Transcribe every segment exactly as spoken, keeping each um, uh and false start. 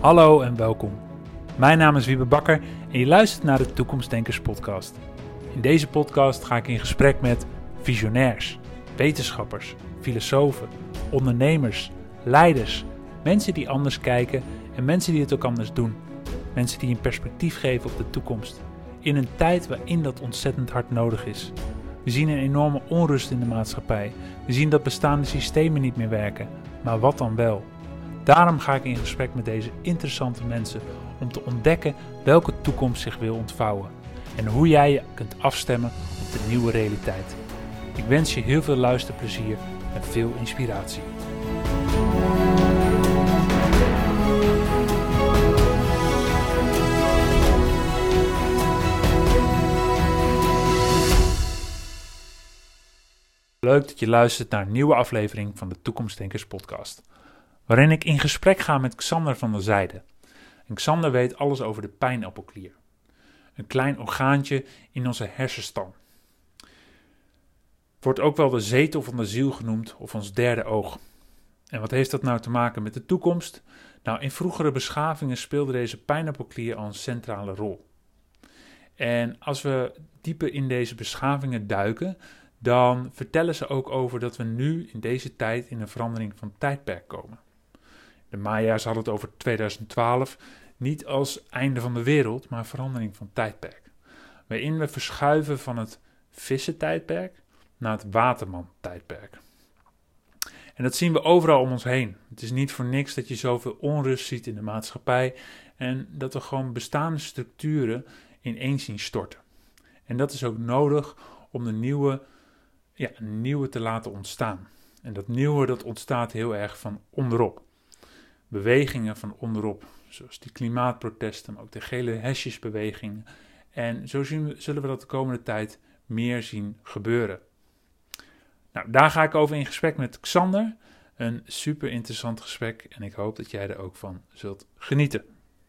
Hallo en welkom. Mijn naam is Wiebe Bakker en je luistert naar de Toekomstdenkers podcast. In deze podcast ga ik in gesprek met visionairs, wetenschappers, filosofen, ondernemers, leiders, mensen die anders kijken en mensen die het ook anders doen. Mensen die een perspectief geven op de toekomst. In een tijd waarin dat ontzettend hard nodig is. We zien een enorme onrust in de maatschappij. We zien dat bestaande systemen niet meer werken. Maar wat dan wel? Daarom ga ik in gesprek met deze interessante mensen om te ontdekken welke toekomst zich wil ontvouwen. En hoe jij je kunt afstemmen op de nieuwe realiteit. Ik wens je heel veel luisterplezier en veel inspiratie. Leuk dat je luistert naar een nieuwe aflevering van de Toekomstdenkers podcast. Waarin ik in gesprek ga met Xander van der Zijde. En Xander weet alles over de pijnappelklier. Een klein orgaantje in onze hersenstam. Wordt ook wel de zetel van de ziel genoemd of ons derde oog. En wat heeft dat nou te maken met de toekomst? Nou, in vroegere beschavingen speelde deze pijnappelklier al een centrale rol. En als we dieper in deze beschavingen duiken, dan vertellen ze ook over dat we nu in deze tijd in een verandering van tijdperk komen. De Maya's hadden het over tweeduizend twaalf niet als einde van de wereld, maar verandering van tijdperk. Waarin we verschuiven van het vissentijdperk naar het waterman-tijdperk. En dat zien we overal om ons heen. Het is niet voor niks dat je zoveel onrust ziet in de maatschappij en dat we gewoon bestaande structuren ineens zien storten. En dat is ook nodig om de nieuwe, ja, een nieuwe te laten ontstaan. En dat nieuwe dat ontstaat heel erg van onderop. Bewegingen van onderop, zoals die klimaatprotesten, maar ook de gele hesjesbewegingen. En zo zien we, zullen we dat de komende tijd meer zien gebeuren. Nou, daar ga ik over in gesprek met Xander. Een super interessant gesprek en ik hoop dat jij er ook van zult genieten.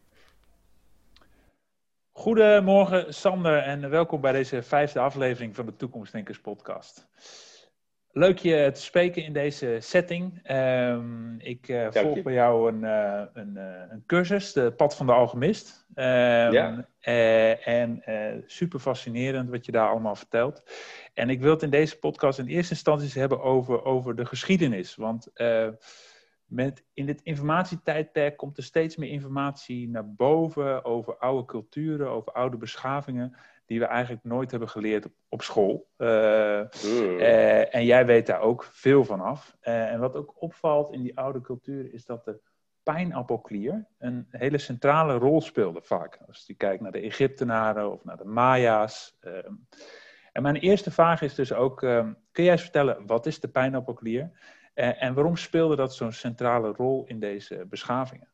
Goedemorgen Sander en welkom bij deze vijfde aflevering van de Toekomstdenkers podcast. Leuk je te spreken in deze setting. Um, ik uh, volg bij jou een, uh, een, uh, een cursus, de Pad van de Alchemist. Um, ja. uh, en uh, super fascinerend wat je daar allemaal vertelt. En ik wil het in deze podcast in eerste instantie hebben over, over de geschiedenis. Want uh, met, in dit informatietijdperk komt er steeds meer informatie naar boven over oude culturen, over oude beschavingen, die we eigenlijk nooit hebben geleerd op, op school. Uh, mm. uh, en jij weet daar ook veel van af. Uh, en wat ook opvalt in die oude cultuur is dat de pijnappelklier een hele centrale rol speelde vaak. Als je kijkt naar de Egyptenaren of naar de Maya's. Uh, en mijn eerste vraag is dus ook, uh, kun jij eens vertellen, wat is de pijnappelklier? Uh, en waarom speelde dat zo'n centrale rol in deze beschavingen?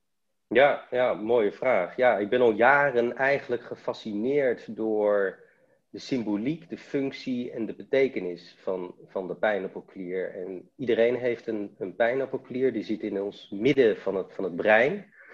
Ja, ja, mooie vraag. Ja, ik ben al jaren eigenlijk gefascineerd door de symboliek, de functie en de betekenis van, van de pijnappelklier. En iedereen heeft een, een pijnappelklier, die zit in ons midden van het, van het brein.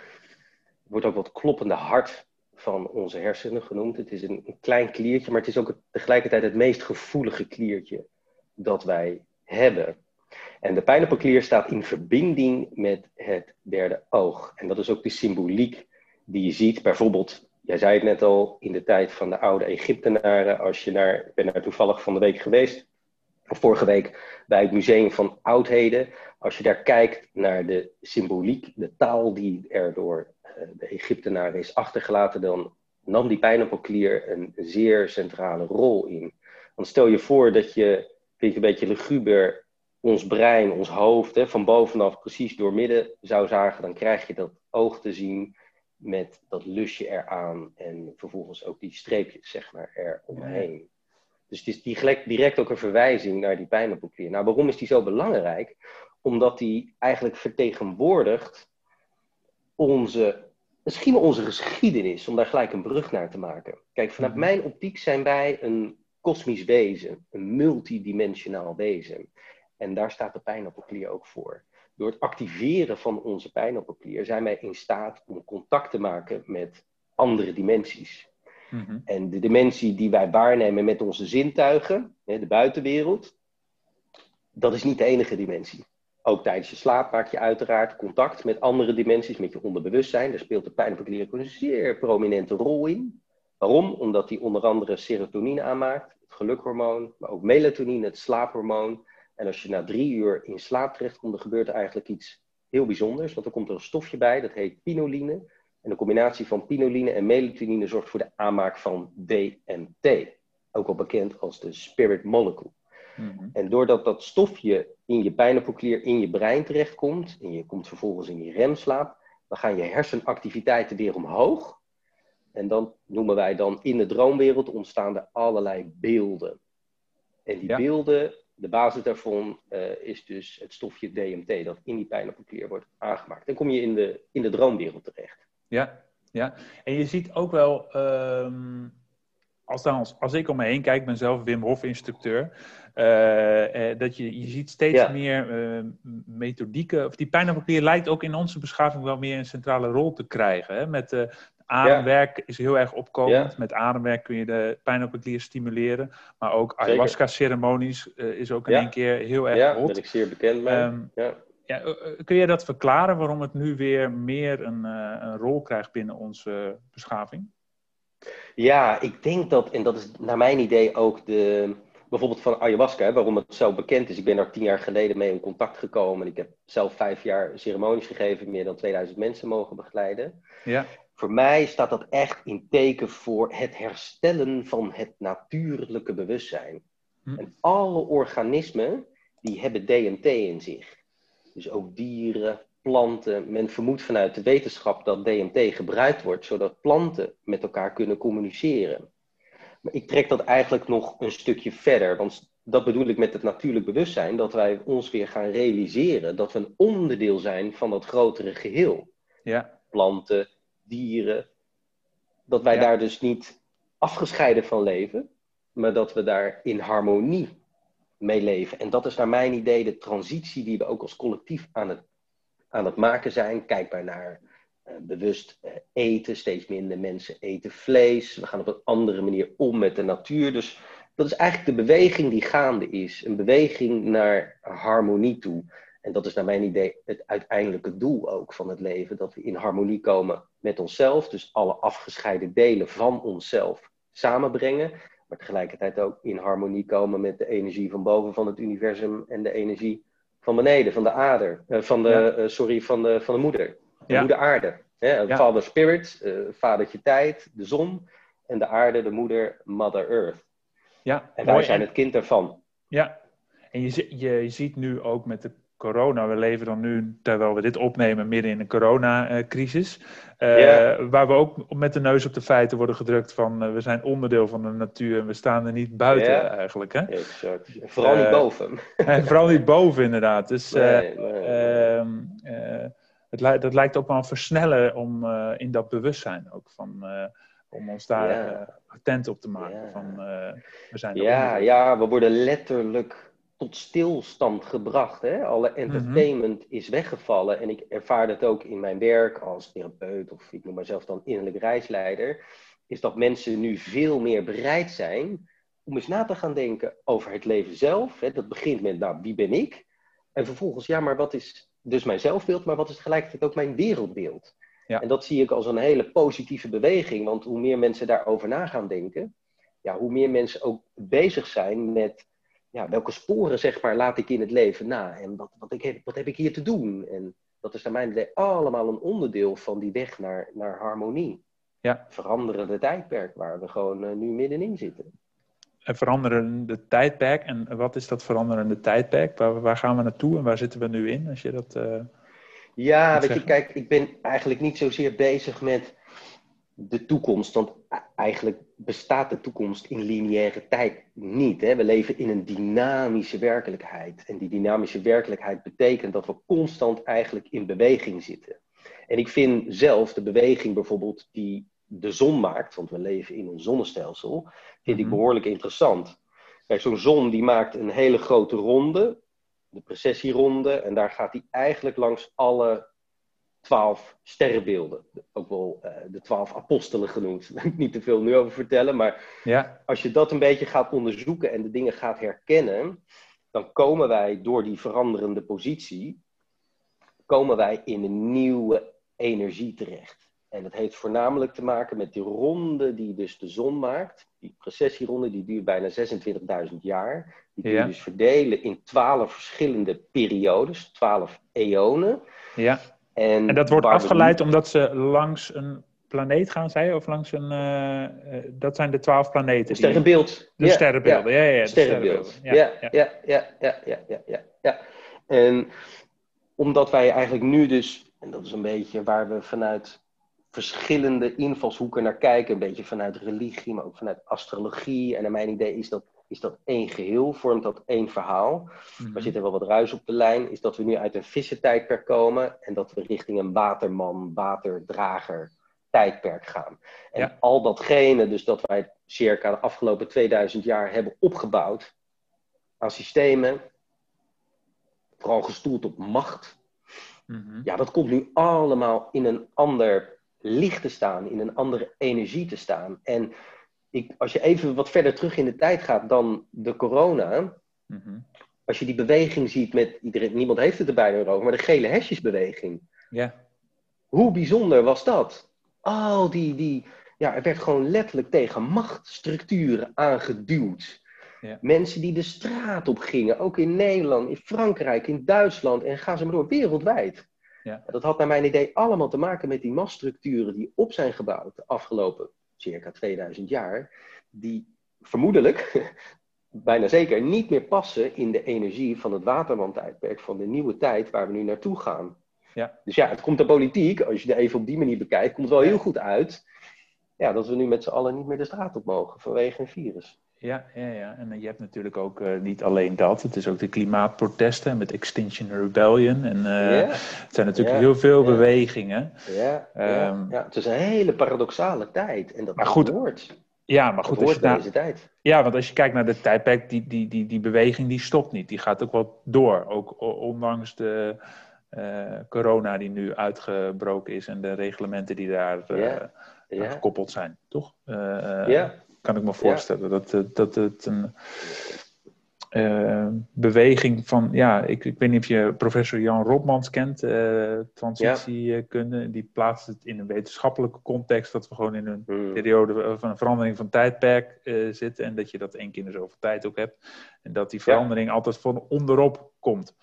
Het wordt ook wel het kloppende hart van onze hersenen genoemd. Het is een, een klein kliertje, maar het is ook het, tegelijkertijd het meest gevoelige kliertje dat wij hebben. En de pijnappelklier staat in verbinding met het derde oog. En dat is ook de symboliek die je ziet. Bijvoorbeeld, jij zei het net al, in de tijd van de oude Egyptenaren. Als je naar, ik ben daar toevallig van de week geweest, of vorige week, bij het Museum van Oudheden. Als je daar kijkt naar de symboliek, de taal die er door de Egyptenaren is achtergelaten, dan nam die pijnappelklier een zeer centrale rol in. Want stel je voor dat je, vind je een beetje luguber, ons brein, ons hoofd, hè, van bovenaf precies door midden zou zagen, dan krijg je dat oog te zien met dat lusje eraan en vervolgens ook die streepjes, zeg maar, eromheen. Dus het is direct, direct ook een verwijzing naar die pijnappelklier. Nou, waarom is die zo belangrijk? Omdat die eigenlijk vertegenwoordigt onze, misschien onze geschiedenis, om daar gelijk een brug naar te maken. Kijk, vanuit mm-hmm. mijn optiek zijn wij een kosmisch wezen, een multidimensionaal wezen. En daar staat de pijnappelklier ook voor. Door het activeren van onze pijnappelklier zijn wij in staat om contact te maken met andere dimensies. Mm-hmm. En de dimensie die wij waarnemen met onze zintuigen, de buitenwereld, dat is niet de enige dimensie. Ook tijdens je slaap maak je uiteraard contact met andere dimensies, met je onderbewustzijn. Daar speelt de pijnappelklier een zeer prominente rol in. Waarom? Omdat die onder andere serotonine aanmaakt, het gelukhormoon, maar ook melatonine, het slaaphormoon. En als je na drie uur in slaap terechtkomt, dan gebeurt er eigenlijk iets heel bijzonders. Want dan komt er een stofje bij, dat heet pinoline. En de combinatie van pinoline en melatonine zorgt voor de aanmaak van D M T. Ook al bekend als de spirit molecule. Mm-hmm. En doordat dat stofje in je pijnappelklier, in je brein terechtkomt, en je komt vervolgens in je remslaap, dan gaan je hersenactiviteiten weer omhoog. En dan noemen wij dan in de droomwereld ontstaan er allerlei beelden. En die ja. beelden, de basis daarvan uh, is dus het stofje D M T dat in die pijnappelklier wordt aangemaakt. Dan kom je in de, in de droomwereld terecht. Ja, ja. En je ziet ook wel, um, als, dan, als ik om me heen kijk, ik ben zelf Wim Hof instructeur, uh, uh, dat je, je ziet steeds ja. meer uh, methodieken, of die pijnappelklier lijkt ook in onze beschaving wel meer een centrale rol te krijgen. Hè? Met uh, ademwerk ja. is heel erg opkomend. Ja. Met ademwerk kun je de pijnappelklier stimuleren. Maar ook ayahuasca-ceremonies uh, is ook in ja. één keer heel erg ja, hot. Ja, daar ben ik zeer bekend mee. Um, ja. Ja, kun je dat verklaren waarom het nu weer meer een, uh, een rol krijgt binnen onze beschaving? Ja, ik denk dat, en dat is naar mijn idee ook de, bijvoorbeeld van ayahuasca, hè, waarom het zo bekend is. Ik ben daar tien jaar geleden mee in contact gekomen. Ik heb zelf vijf jaar ceremonies gegeven, meer dan tweeduizend mensen mogen begeleiden. Ja. Voor mij staat dat echt in teken voor het herstellen van het natuurlijke bewustzijn. Hm. En alle organismen, die hebben D M T in zich. Dus ook dieren, planten. Men vermoedt vanuit de wetenschap dat D M T gebruikt wordt, zodat planten met elkaar kunnen communiceren. Maar ik trek dat eigenlijk nog een stukje verder. Want dat bedoel ik met het natuurlijk bewustzijn, dat wij ons weer gaan realiseren dat we een onderdeel zijn van dat grotere geheel. Ja. Planten, dieren. Dat wij ja. daar dus niet afgescheiden van leven, maar dat we daar in harmonie mee leven. En dat is naar mijn idee de transitie die we ook als collectief aan het, aan het maken zijn. Kijk maar naar uh, bewust uh, eten. Steeds minder mensen eten vlees. We gaan op een andere manier om met de natuur. Dus dat is eigenlijk de beweging die gaande is. Een beweging naar harmonie toe. En dat is naar mijn idee het uiteindelijke doel ook van het leven. Dat we in harmonie komen met onszelf. Dus alle afgescheiden delen van onszelf samenbrengen. Maar tegelijkertijd ook in harmonie komen met de energie van boven van het universum en de energie van beneden, van de aarde, uh, van de, ja. uh, sorry, van de, van de moeder. De ja. moeder aarde. Hè? Ja. Father Spirit, uh, vadertje tijd, de zon en de aarde, de moeder, Mother Earth. Ja, en wij mooi. zijn het kind daarvan. Ja, en je, je, je ziet nu ook met de corona, we leven dan nu, terwijl we dit opnemen, midden in een coronacrisis. Uh, ja. Waar we ook met de neus op de feiten worden gedrukt van, uh, we zijn onderdeel van de natuur en we staan er niet buiten ja. eigenlijk. Hè? Exact. Vooral uh, niet boven. En vooral niet boven inderdaad. Dus uh, nee, nee, nee. Uh, uh, het li- dat lijkt ook wel een versneller om uh, in dat bewustzijn ook van, uh, om ons daar ja. uh, attent op te maken. Ja, van, uh, we zijn ja, ja, we worden letterlijk tot stilstand gebracht. Hè? Alle entertainment mm-hmm. is weggevallen. En ik ervaar dat ook in mijn werk als therapeut, of ik noem mezelf dan innerlijk reisleider, is dat mensen nu veel meer bereid zijn om eens na te gaan denken over het leven zelf. Hè? Dat begint met, nou, wie ben ik? En vervolgens, ja, maar wat is dus mijn zelfbeeld, maar wat is tegelijkertijd ook mijn wereldbeeld? Ja. En dat zie ik als een hele positieve beweging, want hoe meer mensen daarover na gaan denken, ja, hoe meer mensen ook bezig zijn met, ja, welke sporen, zeg maar, laat ik in het leven na? En wat, wat, ik heb, wat heb ik hier te doen? En dat is naar mijn idee allemaal een onderdeel van die weg naar, naar harmonie. Ja. Veranderende tijdperk waar we gewoon uh, nu middenin zitten. Een veranderende tijdperk. En wat is dat veranderende tijdperk? Waar, waar gaan we naartoe en waar zitten we nu in? Als je dat, uh, ja, weet zeggen? je, kijk, ik ben eigenlijk niet zozeer bezig met de toekomst, want eigenlijk bestaat de toekomst in lineaire tijd niet. Hè? We leven in een dynamische werkelijkheid. En die dynamische werkelijkheid betekent dat we constant eigenlijk in beweging zitten. En ik vind zelf de beweging bijvoorbeeld die de zon maakt, want we leven in een zonnestelsel, vind mm-hmm. ik behoorlijk interessant. Kijk, zo'n zon die maakt een hele grote ronde, de precessieronde, en daar gaat hij eigenlijk langs alle twaalf sterrenbeelden. Ook wel uh, de twaalf apostelen genoemd. Daar wil ik niet te veel nu over vertellen. Maar ja. als je dat een beetje gaat onderzoeken en de dingen gaat herkennen, dan komen wij door die veranderende positie komen wij in een nieuwe energie terecht. En dat heeft voornamelijk te maken met die ronde die dus de zon maakt. Die precessieronde die duurt bijna zesentwintigduizend jaar. Die kun je Ja. dus verdelen in twaalf verschillende periodes, twaalf eonen. Ja. En, En dat wordt waar we afgeleid nu- omdat ze langs een planeet gaan, zei je? Of langs een... eh, eh, dat zijn de twaalf planeten. Een die- sterrenbeeld. De Ja, sterrenbeelden, ja, ja, ja, de sterrenbeeld. sterrenbeelden. Ja, ja, ja, ja, ja, ja, ja, ja. En omdat wij eigenlijk nu dus, en dat is een beetje waar we vanuit verschillende invalshoeken naar kijken, een beetje vanuit religie, maar ook vanuit astrologie. En naar mijn idee is dat, is dat één geheel, vormt dat één verhaal. Mhm. Er zit er wel wat ruis op de lijn, is dat we nu uit een vissentijdperk komen en dat we richting een waterman, waterdrager tijdperk gaan. En Ja. al datgene dus dat wij circa de afgelopen tweeduizend jaar hebben opgebouwd aan systemen, vooral gestoeld op macht, Mhm. ja, dat komt nu allemaal in een ander licht te staan, in een andere energie te staan. En ik, als je even wat verder terug in de tijd gaat dan de corona, Mhm. als je die beweging ziet met, iedereen, niemand heeft het er bijna over, maar de gele hesjesbeweging. Ja. Hoe bijzonder was dat? Al die, die, ja, er werd gewoon letterlijk tegen machtsstructuren aangeduwd. Ja. Mensen die de straat op gingen, ook in Nederland, in Frankrijk, in Duitsland en ga ze maar door, wereldwijd. Ja. Dat had naar mijn idee allemaal te maken met die machtsstructuren die op zijn gebouwd de afgelopen circa tweeduizend jaar, die vermoedelijk, bijna zeker, niet meer passen in de energie van het Waterman-tijdperk, van de nieuwe tijd waar we nu naartoe gaan. Ja. Dus ja, het komt de politiek, als je er even op die manier bekijkt, komt het wel heel goed uit, ja, dat we nu met z'n allen niet meer de straat op mogen vanwege een virus. Ja, ja, ja. En je hebt natuurlijk ook uh, niet alleen dat. Het is ook de klimaatprotesten met Extinction Rebellion. En uh, Ja. het zijn natuurlijk Ja. heel veel Ja. bewegingen. Ja, ja, Um, ja, het is een hele paradoxale tijd. En dat, maar dat goed, hoort. Ja, maar Dat goed, als hoort je bij naar, deze tijd. ja, want als je kijkt naar de tijdperk, die, die, die, die beweging die stopt niet. Die gaat ook wel door. Ook ondanks de uh, corona die nu uitgebroken is en de reglementen die daar uh, Ja. Ja. gekoppeld zijn, toch? Uh, Ja. Kan ik me voorstellen ja. dat, dat het een uh, beweging van, ja, ik, ik weet niet of je professor Jan Rotmans kent, uh, transitiekunde, ja. Die plaatst het in een wetenschappelijke context, dat we gewoon in een hmm. periode van een verandering van tijdperk uh, zitten en dat je dat één keer in de zoveel tijd ook hebt en dat die verandering ja. altijd van onderop komt.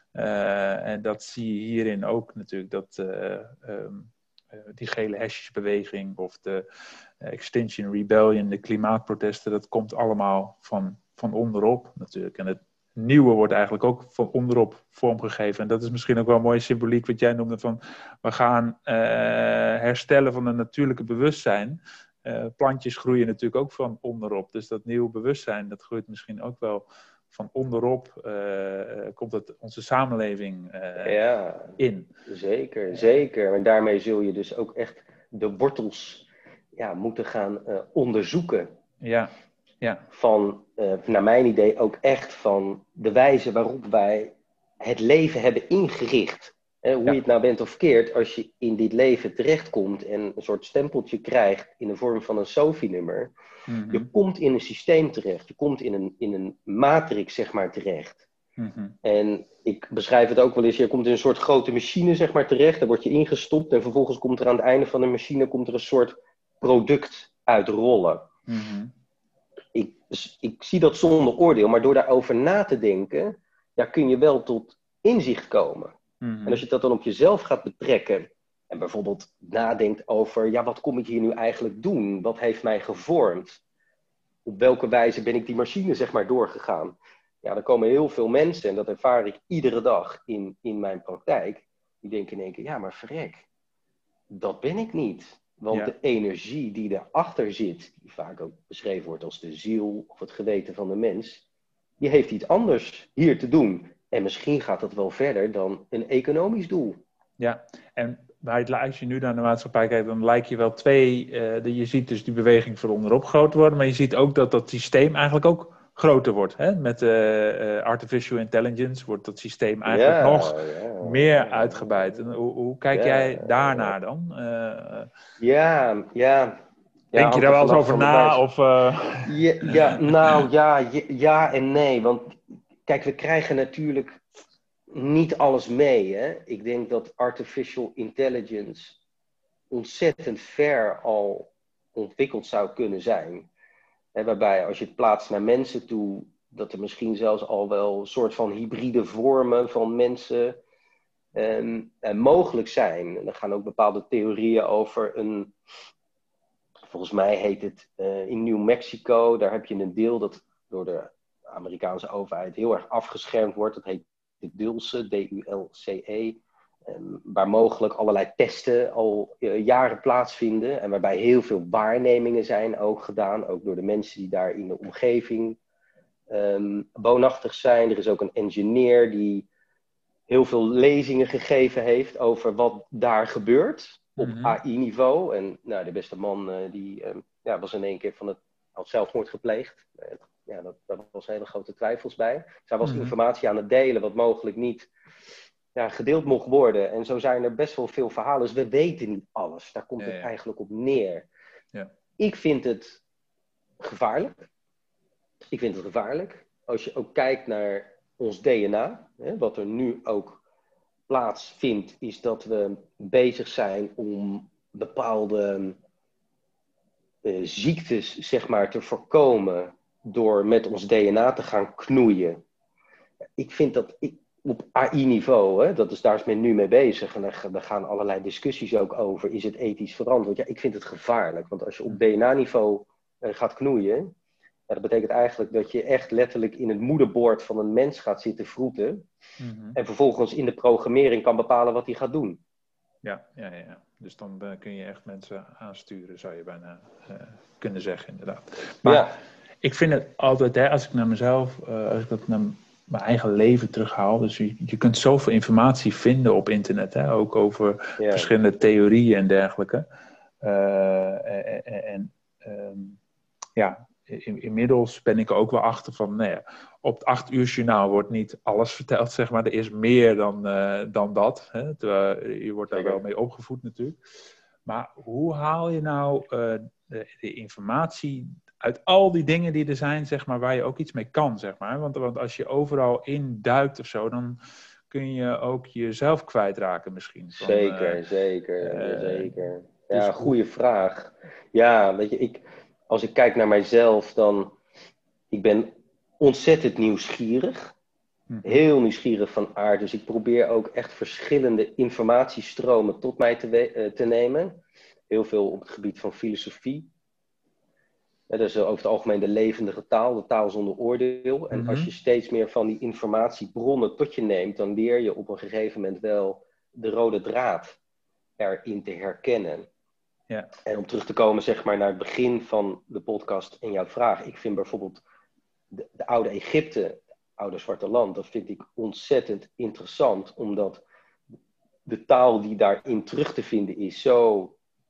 Uh, en dat zie je hierin ook natuurlijk, dat uh, um, uh, die gele hesjesbeweging of de uh, Extinction Rebellion, de klimaatprotesten, dat komt allemaal van, van onderop natuurlijk. En het nieuwe wordt eigenlijk ook van onderop vormgegeven. En dat is misschien ook wel een mooie symboliek wat jij noemde van, we gaan uh, herstellen van een natuurlijke bewustzijn. Uh, plantjes groeien natuurlijk ook van onderop. Dus dat nieuwe bewustzijn, dat groeit misschien ook wel van onderop, uh, komt het onze samenleving uh, ja, in. Zeker, zeker. En daarmee zul je dus ook echt de wortels ja, moeten gaan uh, onderzoeken. Ja, ja. Van, uh, naar mijn idee, ook echt van de wijze waarop wij het leven hebben ingericht. Hè, hoe ja. je het nou bent of verkeerd, als je in dit leven terechtkomt en een soort stempeltje krijgt in de vorm van een SOFI-nummer. Mm-hmm. Je komt in een systeem terecht, je komt in een, in een matrix, zeg maar, terecht. Mm-hmm. En ik beschrijf het ook wel eens, je komt in een soort grote machine, zeg maar, terecht, daar word je ingestopt en vervolgens komt er aan het einde van de machine komt er een soort product uitrollen. Mm-hmm. Ik, dus ik zie dat zonder oordeel, maar door daarover na te denken, ja, kun je wel tot inzicht komen. Mm-hmm. En als je dat dan op jezelf gaat betrekken en bijvoorbeeld nadenkt over, ja, wat kom ik hier nu eigenlijk doen? Wat heeft mij gevormd? Op welke wijze ben ik die machine, zeg maar, doorgegaan? Ja, dan komen heel veel mensen, en dat ervaar ik iedere dag in, in mijn praktijk, die denken in één keer, ja, maar verrek, dat ben ik niet. Want ja. de energie die daarachter zit, die vaak ook beschreven wordt als de ziel of het geweten van de mens, die heeft iets anders hier te doen. En misschien gaat dat wel verder dan een economisch doel. Ja, en als je nu naar de maatschappij kijkt, dan lijkt je wel twee, uh, je ziet dus die beweging van onderop groter worden, maar je ziet ook dat dat systeem eigenlijk ook groter wordt. Hè? Met uh, uh, artificial intelligence wordt dat systeem eigenlijk ja, nog ja, meer ja, uitgebreid. En hoe, hoe kijk ja, jij daarnaar dan? Uh, ja, ja. Denk ja, je daar wel eens over na? Of, uh... ja, ja, nou ja, ja, ja en nee. Want kijk, we krijgen natuurlijk niet alles mee. Hè? Ik denk dat artificial intelligence ontzettend ver al ontwikkeld zou kunnen zijn. Hè, waarbij als je het plaatst naar mensen toe, dat er misschien zelfs al wel een soort van hybride vormen van mensen eh, eh, mogelijk zijn. En er gaan ook bepaalde theorieën over een, volgens mij heet het uh, in New Mexico, daar heb je een deel dat door de Amerikaanse overheid heel erg afgeschermd wordt. Dat heet de Dulce, D U L C E. Um, waar mogelijk allerlei testen al uh, jaren plaatsvinden. En waarbij heel veel waarnemingen zijn ook gedaan. Ook door de mensen die daar in de omgeving um, woonachtig zijn. Er is ook een engineer die heel veel lezingen gegeven heeft over wat daar gebeurt. Op Mm-hmm. A I-niveau. En nou, de beste man uh, die um, ja, was in één keer van het had zelfmoord gepleegd. Uh, ja, dat, daar was hele grote twijfels bij. Zij was Mm-hmm. informatie aan het delen wat mogelijk niet ja, gedeeld mocht worden. En zo zijn er best wel veel verhalen. Dus we weten niet alles. Daar komt Ja, het ja. eigenlijk op neer. Ja. Ik vind het gevaarlijk. Ik vind het gevaarlijk. Als je ook kijkt naar ons D N A. Hè, wat er nu ook plaatsvindt, is dat we bezig zijn om bepaalde uh, ziektes, zeg maar, te voorkomen door met ons D N A te gaan knoeien. Ik vind dat ik, op A I-niveau, hè, dat is, daar is men nu mee bezig. En daar, daar gaan allerlei discussies ook over. Is het ethisch verantwoord? Ja, ik vind het gevaarlijk. Want als je op D N A-niveau uh, gaat knoeien, ja, dat betekent eigenlijk dat je echt letterlijk in het moederbord van een mens gaat zitten vroeten. Mm-hmm. En vervolgens in de programmering kan bepalen wat hij gaat doen. Ja, ja, ja, ja. Dus dan uh, kun je echt mensen aansturen, zou je bijna uh, kunnen zeggen, inderdaad. Maar Ja. ik vind het altijd, hè, als ik naar mezelf, uh, als ik dat naar mijn eigen leven terughaal. Dus je, je kunt zoveel informatie vinden op internet, hè, ook over Ja. verschillende theorieën en dergelijke. Uh, en, en um, ja, in, inmiddels ben ik er ook wel achter van, nou ja, op het acht uur journaal wordt niet alles verteld, zeg maar. Er is meer dan, uh, dan dat. Hè? Terwijl, je wordt daar Zeker. wel mee opgevoed natuurlijk. Maar hoe haal je nou uh, de, de informatie uit al die dingen die er zijn, zeg maar, waar je ook iets mee kan, zeg maar. Want, want als je overal induikt of zo, dan kun je ook jezelf kwijtraken misschien. Van, Zeker, uh, zeker, uh, zeker. dus Ja, hoe... goede vraag. Ja, weet je, ik, als ik kijk naar mijzelf, dan... Ik ben ontzettend nieuwsgierig. Mm-hmm. Heel nieuwsgierig van aard. Dus ik probeer ook echt verschillende informatiestromen tot mij te, we- uh, te nemen. Heel veel op het gebied van filosofie. Ja, dat is over het algemeen de levendige taal, de taal zonder oordeel. En Mm-hmm. als je steeds meer van die informatiebronnen tot je neemt, dan leer je op een gegeven moment wel de rode draad erin te herkennen. Ja. En om terug te komen, zeg maar, naar het begin van de podcast en jouw vraag. Ik vind bijvoorbeeld de, de oude Egypte, het oude Zwarte Land, dat vind ik ontzettend interessant, omdat de taal die daarin terug te vinden is zo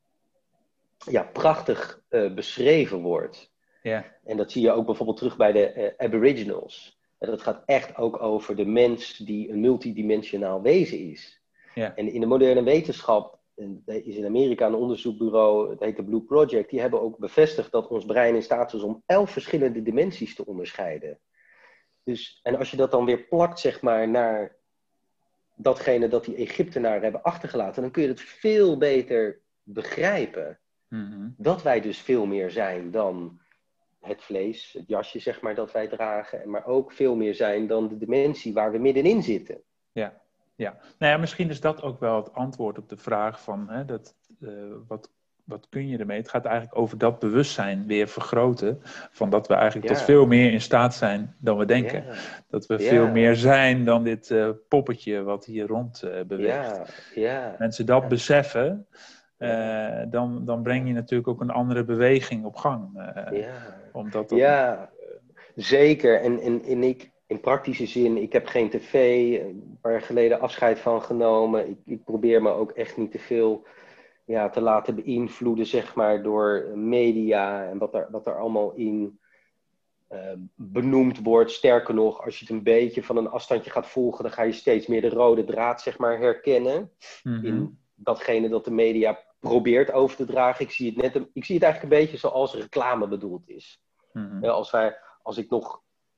ja, prachtig uh, beschreven wordt. Ja. En dat zie je ook bijvoorbeeld terug bij de uh, Aboriginals. En dat gaat echt ook over de mens die een multidimensionaal wezen is. Ja. En in de moderne wetenschap, en er is in Amerika een onderzoekbureau, het heet de Blue Project, die hebben ook bevestigd dat ons brein in staat is om elf verschillende dimensies te onderscheiden. Dus, en als je dat dan weer plakt, zeg maar, naar datgene dat die Egyptenaren hebben achtergelaten, dan kun je het veel beter begrijpen. Mm-hmm. Dat wij dus veel meer zijn dan het vlees, het jasje, zeg maar, dat wij dragen. Maar ook veel meer zijn dan de dimensie waar we middenin zitten. Ja, ja. Nou ja, misschien is dat ook wel het antwoord op de vraag van, hè, dat, uh, wat, wat kun je ermee? Het gaat eigenlijk over dat bewustzijn weer vergroten. Van dat we eigenlijk Ja. tot veel meer in staat zijn dan we denken. Ja. Dat we Ja. veel meer zijn dan dit uh, poppetje wat hier rond uh, beweegt. Ja. Ja. Mensen dat ja. beseffen, uh, ja. dan, dan breng je natuurlijk ook een andere beweging op gang. Uh, ja. Omdat dat, ja, zeker. En, en, en ik, in praktische zin, ik heb geen tv, een paar jaar geleden afscheid van genomen. Ik, ik probeer me ook echt niet te veel ja, te laten beïnvloeden, zeg maar, door media en wat er, wat er allemaal in uh, benoemd wordt. Sterker nog, als je het een beetje van een afstandje gaat volgen, dan ga je steeds meer de rode draad, zeg maar, herkennen. Mm-hmm. In datgene dat de media probeert over te dragen. Ik zie het, net, ik zie het eigenlijk een beetje zoals reclame bedoeld is. Mm-hmm. Ja, als, wij, als ik nog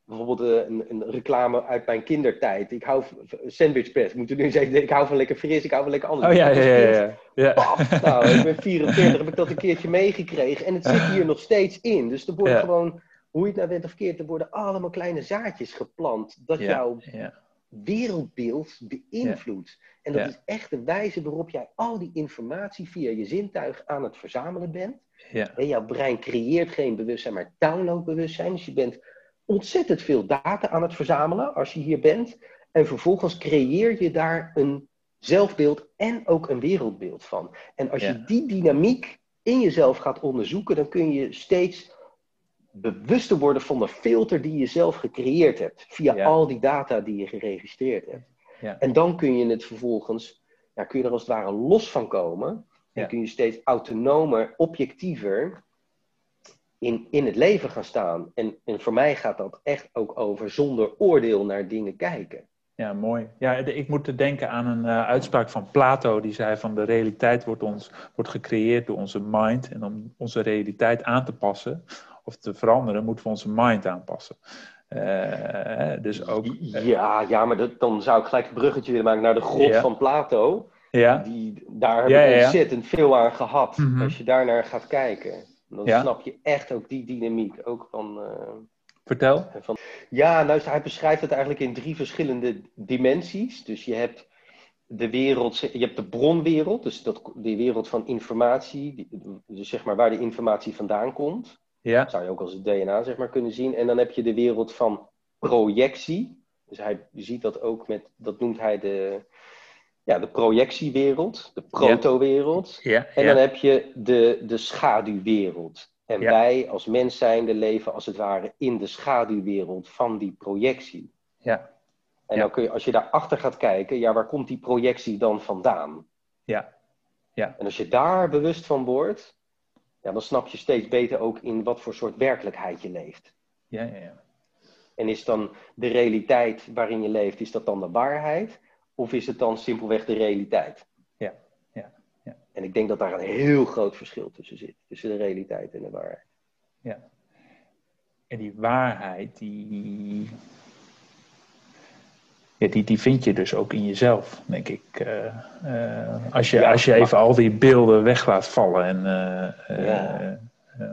bijvoorbeeld uh, een, een reclame uit mijn kindertijd. Ik hou van Sandwich Press. Moet je nu zeggen, ik hou van lekker fris, ik hou van lekker anders. Oh ja, ja, ja. ja, ja. Paf, nou, ik ben vierenveertig, heb ik dat een keertje meegekregen. En het zit hier nog steeds in. Dus er worden Ja. gewoon, hoe je het nou bent of verkeerd, er worden allemaal kleine zaadjes geplant. Dat Ja, jouw ja. wereldbeeld beïnvloedt. En dat Ja. is echt de wijze waarop jij al die informatie via je zintuig aan het verzamelen bent. Ja. En jouw brein creëert geen bewustzijn, maar downloadt bewustzijn. Dus je bent ontzettend veel data aan het verzamelen als je hier bent. En vervolgens creëer je daar een zelfbeeld en ook een wereldbeeld van. En als Ja. je die dynamiek in jezelf gaat onderzoeken, dan kun je steeds bewuster worden van de filter die je zelf gecreëerd hebt. Via Ja. al die data die je geregistreerd hebt. Ja. En dan kun je het vervolgens, ja, kun je er als het ware los van komen. En Ja. kun je steeds autonomer, objectiever in, in het leven gaan staan. En, en voor mij gaat dat echt ook over zonder oordeel naar dingen kijken. Ja, mooi. Ja, ik moet denken aan een uh, uitspraak van Plato. Die zei van de realiteit wordt, ons, wordt gecreëerd door onze mind. En om onze realiteit aan te passen of te veranderen, moeten we onze mind aanpassen. Uh, dus ook, uh, ja, ja, maar dat, dan zou ik gelijk het bruggetje willen maken naar de grot ja. van Plato. Ja. Die, daar heb ja, ik ja, ja. ontzettend veel aan gehad. Mm-hmm. Als je daarnaar gaat kijken, dan ja. snap je echt ook die dynamiek. Ook van, uh, Vertel. Van, ja, nou, hij beschrijft het eigenlijk in drie verschillende dimensies. Dus je hebt de wereld, je hebt de bronwereld, dus dat, die wereld van informatie, die, dus zeg maar waar de informatie vandaan komt. Ja. Dat zou je ook als het D N A zeg maar kunnen zien. En dan heb je de wereld van projectie. Dus hij je ziet dat ook met, dat noemt hij de, ja, de projectiewereld, de protowereld. Ja. Ja. En dan heb je de, de schaduwwereld. En ja. wij als mens zijnde leven als het ware in de schaduwwereld van die projectie. Ja. En ja. dan kun je, als je daarachter gaat kijken, ja, waar komt die projectie dan vandaan? Ja. Ja. En als je daar bewust van wordt, ja, dan snap je steeds beter ook in wat voor soort werkelijkheid je leeft. Ja, ja, ja. En is dan de realiteit waarin je leeft, is dat dan de waarheid? Of is het dan simpelweg de realiteit? Ja. Ja. Ja. En ik denk dat daar een heel groot verschil tussen zit. Tussen de realiteit en de waarheid. Ja. En die waarheid, die... Ja, die, die vind je dus ook in jezelf, denk ik. Uh, uh, als, je, ja, als je maar... even al die beelden weg laat vallen. En, uh, uh, ja. Uh,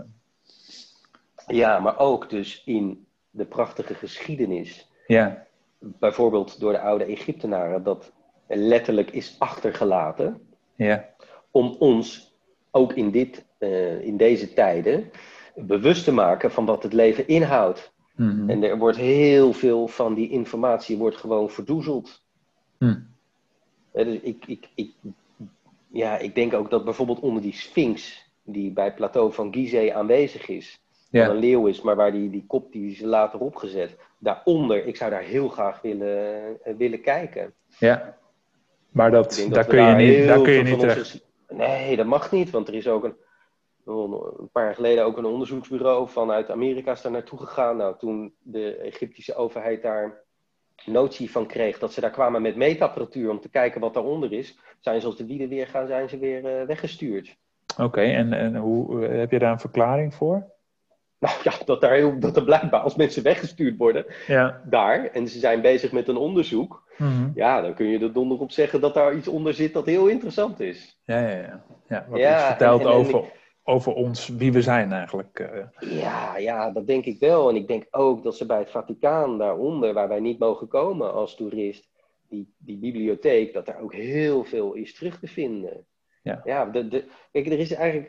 ja, maar ook dus in de prachtige geschiedenis. Ja. Bijvoorbeeld door de oude Egyptenaren, dat letterlijk is achtergelaten. Ja. Om ons, ook in, dit, uh, in deze tijden, bewust te maken van wat het leven inhoudt. Mm-hmm. En er wordt heel veel van die informatie wordt gewoon verdoezeld. Mm. Ja, dus ik, ik, ik, ja, ik denk ook dat bijvoorbeeld onder die Sphinx, die bij Plateau van Gizeh aanwezig is, Ja. een leeuw is, maar waar die, die kop die is later opgezet, daaronder, ik zou daar heel graag willen, uh, willen kijken. Ja, maar dat, dat daar, kun je daar, niet, daar kun je niet terecht. Onze... Nee, dat mag niet, want er is ook een, een paar jaar geleden ook een onderzoeksbureau vanuit Amerika is daar naartoe gegaan. Nou, toen de Egyptische overheid daar notie van kreeg dat ze daar kwamen met meetapparatuur om te kijken wat daaronder is, zijn ze als de wielen weer gaan, zijn ze weer uh, weggestuurd. Oké, okay, en, en hoe, heb je daar een verklaring voor? Nou ja, dat, daar heel, dat er blijkbaar als mensen weggestuurd worden, ja. daar, en ze zijn bezig met een onderzoek, mm-hmm. ja, dan kun je er donder op zeggen dat daar iets onder zit dat heel interessant is. Ja, ja, ja. ja wat ja, iets vertelt en, en, over, en ik, over ons, wie we zijn eigenlijk. Uh. Ja, ja, dat denk ik wel. En ik denk ook dat ze bij het Vaticaan daaronder, waar wij niet mogen komen als toerist, die, die bibliotheek, dat daar ook heel veel is terug te vinden. Ja, ja de, de, kijk, er is eigenlijk...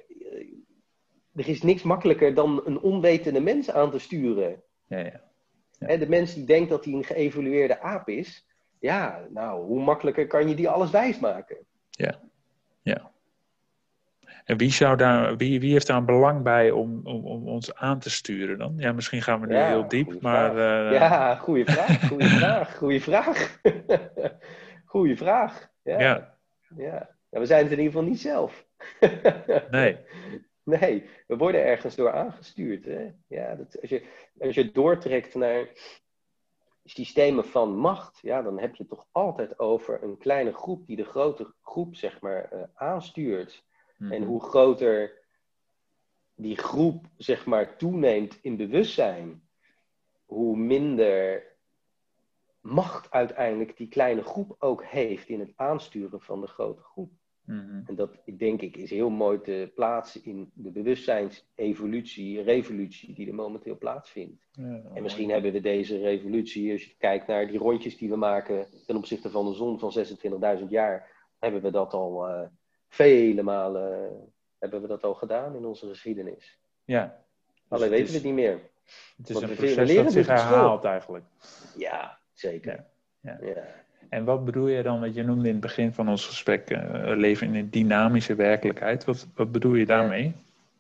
Er is niks makkelijker dan een onwetende mens aan te sturen. Ja, ja. Ja. He, de mens die denkt dat hij een geëvolueerde aap is. Ja, nou, hoe makkelijker kan je die alles wijsmaken? Ja, ja. En wie, zou daar, wie, wie heeft daar een belang bij om, om, om ons aan te sturen dan? Ja, misschien gaan we nu ja, heel diep, maar... Uh... Ja, goede vraag, goede vraag, goede vraag. Goeie vraag. Ja. Ja. Ja. Ja, we zijn het in ieder geval niet zelf. Nee. Nee, we worden ergens door aangestuurd. Hè? Ja, dat, als, je, als je doortrekt naar systemen van macht, ja, dan heb je het toch altijd over een kleine groep die de grote groep, zeg maar, uh, aanstuurt. Mm-hmm. En hoe groter die groep, zeg maar, toeneemt in bewustzijn, hoe minder macht uiteindelijk die kleine groep ook heeft in het aansturen van de grote groep. Mm-hmm. En dat, denk ik, is heel mooi te plaatsen in de bewustzijnsevolutie, revolutie die er momenteel plaatsvindt. Ja, en misschien hebben we deze revolutie, als je kijkt naar die rondjes die we maken ten opzichte van de zon van zesentwintigduizend jaar, hebben we dat al uh, vele malen uh, hebben we dat al gedaan in onze geschiedenis. Ja. Dus Alleen weten is, we het niet meer. Het is Want een we, proces we leren dat zich het op herhaalt school. eigenlijk. Ja, zeker. Ja. Ja. Ja. En wat bedoel je dan, wat je noemde in het begin van ons gesprek, uh, leven in een dynamische werkelijkheid. Wat, wat bedoel je daarmee? Ja.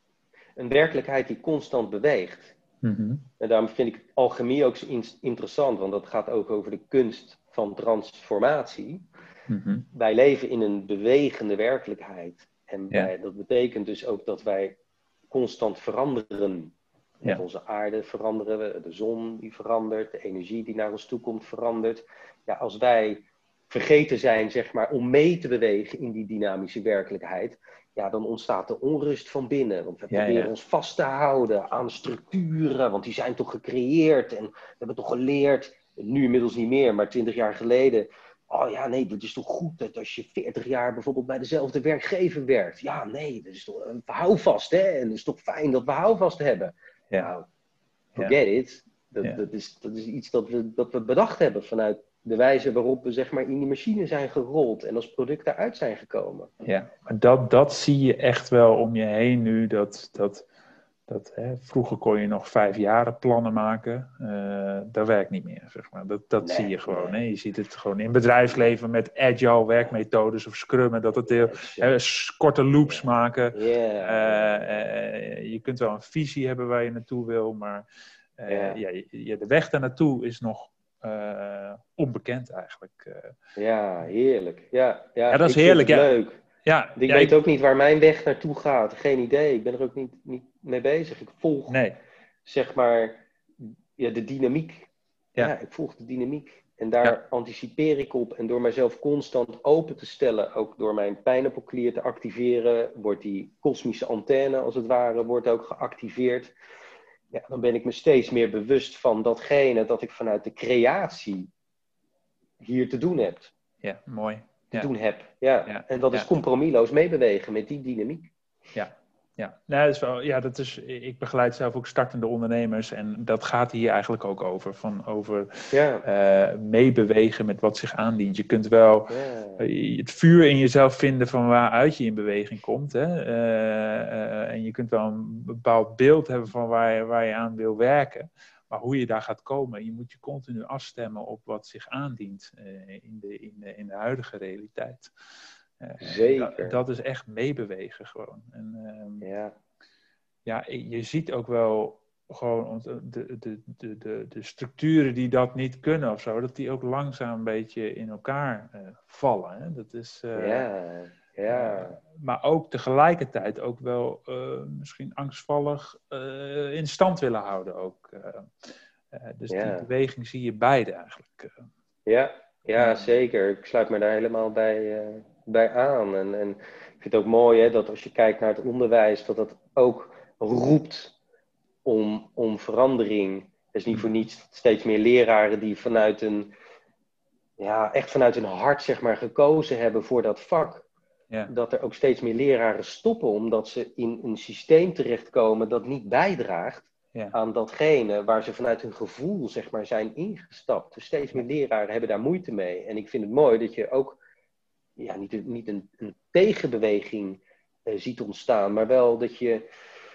Een werkelijkheid die constant beweegt. Mm-hmm. En daarom vind ik alchemie ook zo in- interessant, want dat gaat ook over de kunst van transformatie. Mm-hmm. Wij leven in een bewegende werkelijkheid. En Ja. wij, dat betekent dus ook dat wij constant veranderen. Met Ja. onze aarde veranderen we, de zon die verandert, de energie die naar ons toe komt verandert. Ja, als wij vergeten zijn, zeg maar, om mee te bewegen in die dynamische werkelijkheid, ja, dan ontstaat er onrust van binnen. Want we Ja, proberen ja. ons vast te houden aan structuren, want die zijn toch gecreëerd en we hebben toch geleerd, nu inmiddels niet meer, maar twintig jaar geleden. Oh ja, nee, dit is toch goed dat als je veertig jaar bijvoorbeeld bij dezelfde werkgever werkt. Ja, nee, dat is toch een houvast, hè? En het is toch fijn dat we houvast hebben. Ja. Nou, forget Ja. it. Dat, Ja. dat, is, dat is iets dat we, dat we bedacht hebben vanuit de wijze waarop we, zeg maar, in die machine zijn gerold en als product daaruit zijn gekomen. Ja, maar dat, dat zie je echt wel om je heen nu. Dat, dat, dat, hè, vroeger kon je nog vijf jaren plannen maken. Uh, dat werkt niet meer, zeg maar. Dat, dat Nee, zie je gewoon. nee. Hè? Je ziet het gewoon in bedrijfsleven met agile werkmethodes of scrummen. Dat het heel, hè, korte loops Ja. maken. Ja. Uh, uh, je kunt wel een visie hebben waar je naartoe wil. Maar uh, Ja. ja, je, de weg daar naartoe is nog uh, onbekend eigenlijk. Uh, Ja, heerlijk. Ja, ja, ja dat is ik heerlijk. vind het Ja. leuk. Ja, Ik ja, weet ik... ook niet waar mijn weg naartoe gaat. Geen idee. Ik ben er ook niet, niet mee bezig. Ik volg, nee. zeg maar, ja, de dynamiek. Ja. Ja, ik volg de dynamiek. En daar Ja. anticipeer ik op. En door mijzelf constant open te stellen, ook door mijn pijnappelklier te activeren, wordt die kosmische antenne, als het ware, wordt ook geactiveerd. Ja, dan ben ik me steeds meer bewust van datgene dat ik vanuit de creatie hier te doen heb. Ja, mooi. Te ja. doen heb. Ja. Ja. En dat is Ja. compromisloos meebewegen met die dynamiek. Ja, ja. Nou, dat is wel, ja, dat is, ik begeleid zelf ook startende ondernemers en dat gaat hier eigenlijk ook over. Van over Ja. uh, meebewegen met wat zich aandient. Je kunt wel Ja. uh, het vuur in jezelf vinden van waaruit je in beweging komt. Hè? Uh, uh, en je kunt wel een bepaald beeld hebben van waar je, waar je aan wil werken. Maar hoe je daar gaat komen, je moet je continu afstemmen op wat zich aandient uh, in, de, in, de, in de huidige realiteit. Uh, Zeker. Dat, dat is echt meebewegen gewoon. En, um, ja. ja, je ziet ook wel gewoon de, de, de, de, de structuren die dat niet kunnen of zo, dat die ook langzaam een beetje in elkaar uh, vallen. Hè? Dat is, uh, ja, ja. Uh, maar ook tegelijkertijd ook wel uh, misschien angstvallig uh, in stand willen houden ook. Uh, uh, dus ja. die beweging zie je beide eigenlijk. Uh. Ja, ja, zeker. Ik sluit me daar helemaal bij, uh, bij aan. En, en ik vind het ook mooi, hè, dat als je kijkt naar het onderwijs, dat dat ook roept om, om verandering. Er is niet voor niets steeds meer leraren die vanuit een, ja, echt vanuit hun hart, zeg maar, gekozen hebben voor dat vak. Ja. Dat er ook steeds meer leraren stoppen, omdat ze in een systeem terechtkomen dat niet bijdraagt ja. aan datgene waar ze vanuit hun gevoel, zeg maar, zijn ingestapt. Dus steeds meer leraren hebben daar moeite mee. En ik vind het mooi dat je ook ja, niet, niet een, een tegenbeweging uh, ziet ontstaan, maar wel dat je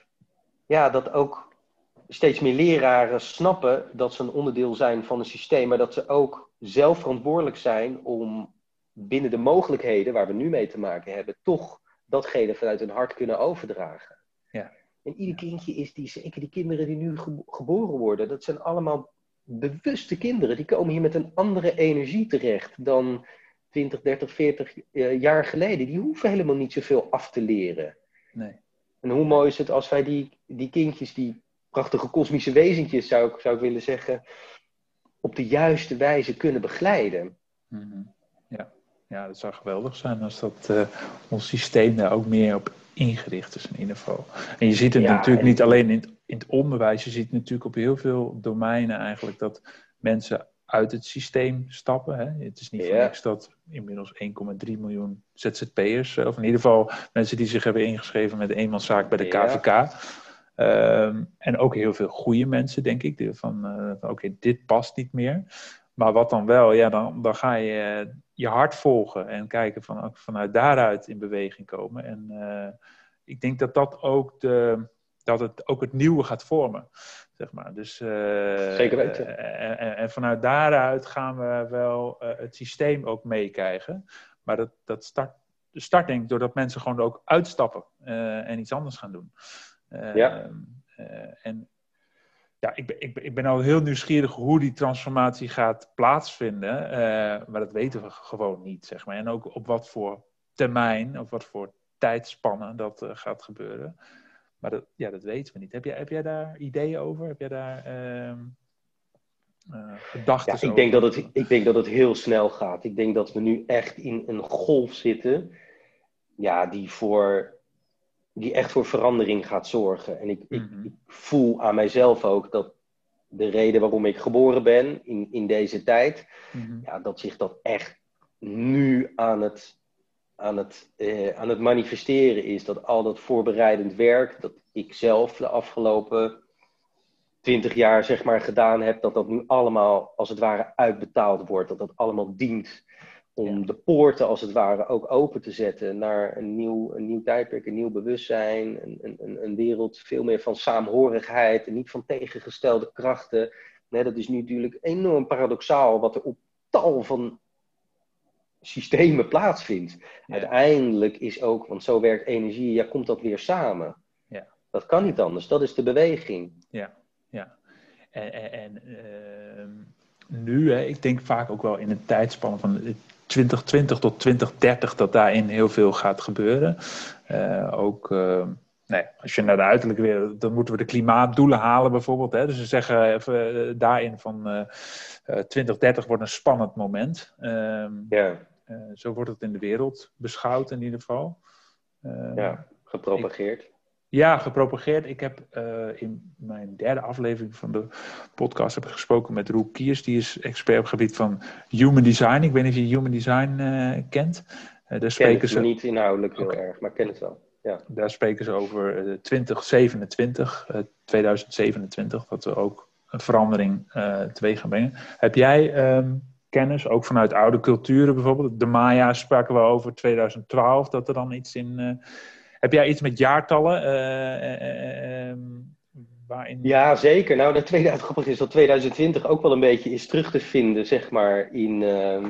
ja, dat ook steeds meer leraren snappen dat ze een onderdeel zijn van een systeem, maar dat ze ook zelf verantwoordelijk zijn om binnen de mogelijkheden waar we nu mee te maken hebben, toch datgene vanuit hun hart kunnen overdragen. Ja. En ieder kindje is die, zeker die kinderen die nu ge- geboren worden, dat zijn allemaal bewuste kinderen. Die komen hier met een andere energie terecht dan twintig, dertig, veertig uh, jaar geleden. Die hoeven helemaal niet zoveel af te leren. Nee. En hoe mooi is het als wij die, die kindjes, die prachtige kosmische wezentjes, zou ik, zou ik willen zeggen, op de juiste wijze kunnen begeleiden. Mm-hmm. Ja. Ja, dat zou geweldig zijn als dat uh, ons systeem daar ook meer op ingericht is in ieder geval. En je ziet het ja, natuurlijk en... niet alleen in, in het onderwijs, je ziet natuurlijk op heel veel domeinen eigenlijk dat mensen uit het systeem stappen. Hè. Het is niet voor Ja. niks dat inmiddels één komma drie miljoen Z Z P'ers, of in ieder geval mensen die zich hebben ingeschreven met een eenmanszaak bij de K V K. Ja. Um, en ook heel veel goede mensen, denk ik, die van, uh, van oké, okay, dit past niet meer. Maar wat dan wel, ja, dan, dan ga je uh, je hart volgen en kijken van, ook vanuit daaruit in beweging komen. En uh, ik denk dat dat ook, de, dat het, ook het nieuwe gaat vormen, zeg maar. Dus, uh, Zeker weten. Uh, en, en vanuit daaruit gaan we wel uh, het systeem ook meekrijgen. Maar dat, dat start, start denk ik doordat mensen gewoon ook uitstappen uh, en iets anders gaan doen. Uh, ja. Uh, en ja, ik ben, ik, ben, ik ben al heel nieuwsgierig hoe die transformatie gaat plaatsvinden. Uh, maar dat weten we gewoon niet, zeg maar. En ook op wat voor termijn, op wat voor tijdspannen dat uh, gaat gebeuren. Maar dat, ja, dat weten we niet. Heb jij, heb jij daar ideeën over? Heb jij daar uh, uh, gedachten ja, ik over? Denk dat het, ik denk dat het heel snel gaat. Ik denk dat we nu echt in een golf zitten. Ja, die voor... die echt voor verandering gaat zorgen. En ik, mm-hmm. ik, ik voel aan mijzelf ook dat de reden waarom ik geboren ben in, in deze tijd, mm-hmm. ja, dat zich dat echt nu aan het, aan, het, eh, aan het manifesteren is. Dat al dat voorbereidend werk dat ik zelf de afgelopen twintig jaar zeg maar gedaan heb, dat dat nu allemaal als het ware uitbetaald wordt. Dat dat allemaal dient om ja. de poorten als het ware ook open te zetten naar een nieuw, een nieuw tijdperk, een nieuw bewustzijn. Een, een, een wereld veel meer van saamhorigheid en niet van tegengestelde krachten. Nee, dat is nu natuurlijk enorm paradoxaal wat er op tal van systemen plaatsvindt. Ja. Uiteindelijk is ook, want zo werkt energie, ja, komt dat weer samen. Ja. Dat kan niet anders, dat is de beweging. Ja, ja. En, en, en uh, nu, hè, ik denk vaak ook wel in een tijdspanne van twintig twintig tot twintig dertig dat daarin heel veel gaat gebeuren. Uh, ook, uh, nee, als je naar de uiterlijke wereld, dan moeten we de klimaatdoelen halen bijvoorbeeld. Hè. Dus ze zeggen even uh, daarin van uh, uh, twintig dertig wordt een spannend moment. Uh, ja. uh, zo wordt het in de wereld beschouwd in ieder geval. Uh, ja, gepropageerd. Ik, Ja, gepropageerd. Ik heb uh, in mijn derde aflevering van de podcast heb ik gesproken met Roel Kiers. Die is expert op het gebied van human design. Ik weet niet of je human design uh, kent. Uh, daar spreken ken het ze... niet inhoudelijk heel okay. erg, maar ik ken het wel. Ja. Daar spreken ze over uh, twintig zevenentwintig, uh, tweeduizend zevenentwintig. Dat we ook een verandering uh, teweeg gaan brengen. Heb jij um, kennis, ook vanuit oude culturen bijvoorbeeld? De Maya's spraken we over tweeduizend twaalf, dat er dan iets in... Uh, Heb jij iets met jaartallen? Uh, uh, uh, waarin... Ja, zeker. Nou, dat tweeduizend, grappig is dat tweeduizend twintig ook wel een beetje is terug te vinden, zeg maar, in, uh,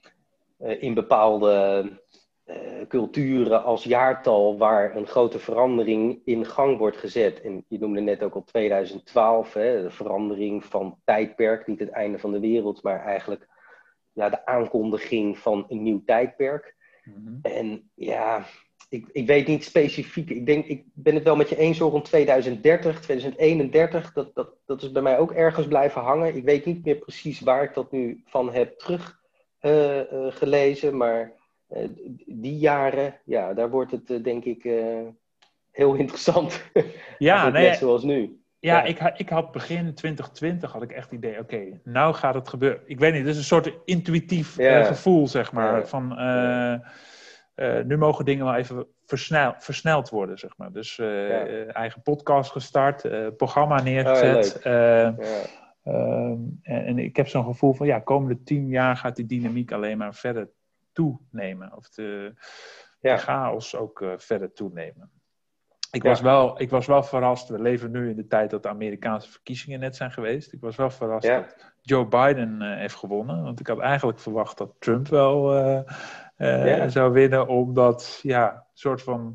uh, in bepaalde uh, culturen als jaartal waar een grote verandering in gang wordt gezet. En je noemde net ook al tweeduizend twaalf, hè, de verandering van tijdperk, niet het einde van de wereld, maar eigenlijk ja, de aankondiging van een nieuw tijdperk. Mm-hmm. En ja... Ik, ik weet niet specifiek, ik, denk, ik ben het wel met je eens hoor, rond tweeduizend dertig, tweeduizend eenendertig, dat, dat, dat is bij mij ook ergens blijven hangen. Ik weet niet meer precies waar ik dat nu van heb teruggelezen, uh, uh, maar uh, die jaren, ja, daar wordt het uh, denk ik uh, heel interessant. Ja, nee, net zoals nu. Ja, ja. Ik, ik had begin twintig twintig had ik echt het idee, oké, okay, nou gaat het gebeuren. Ik weet niet, het is een soort intuïtief ja. uh, gevoel, zeg maar, ja. van... Uh, ja. Uh, nu mogen dingen wel even versnel, versneld worden, zeg maar. Dus uh, ja. uh, eigen podcast gestart, uh, programma neergezet. Oh, ja, uh, ja. uh, en, en ik heb zo'n gevoel van, ja, komende tien jaar gaat die dynamiek alleen maar verder toenemen. Of de, ja. de chaos ook uh, verder toenemen. Ik, ja. was wel, ik was wel verrast, we leven nu in de tijd dat de Amerikaanse verkiezingen net zijn geweest. Ik was wel verrast ja. dat Joe Biden uh, heeft gewonnen. Want ik had eigenlijk verwacht dat Trump wel... Uh, Uh, ja. zou winnen, omdat, ja, een soort van,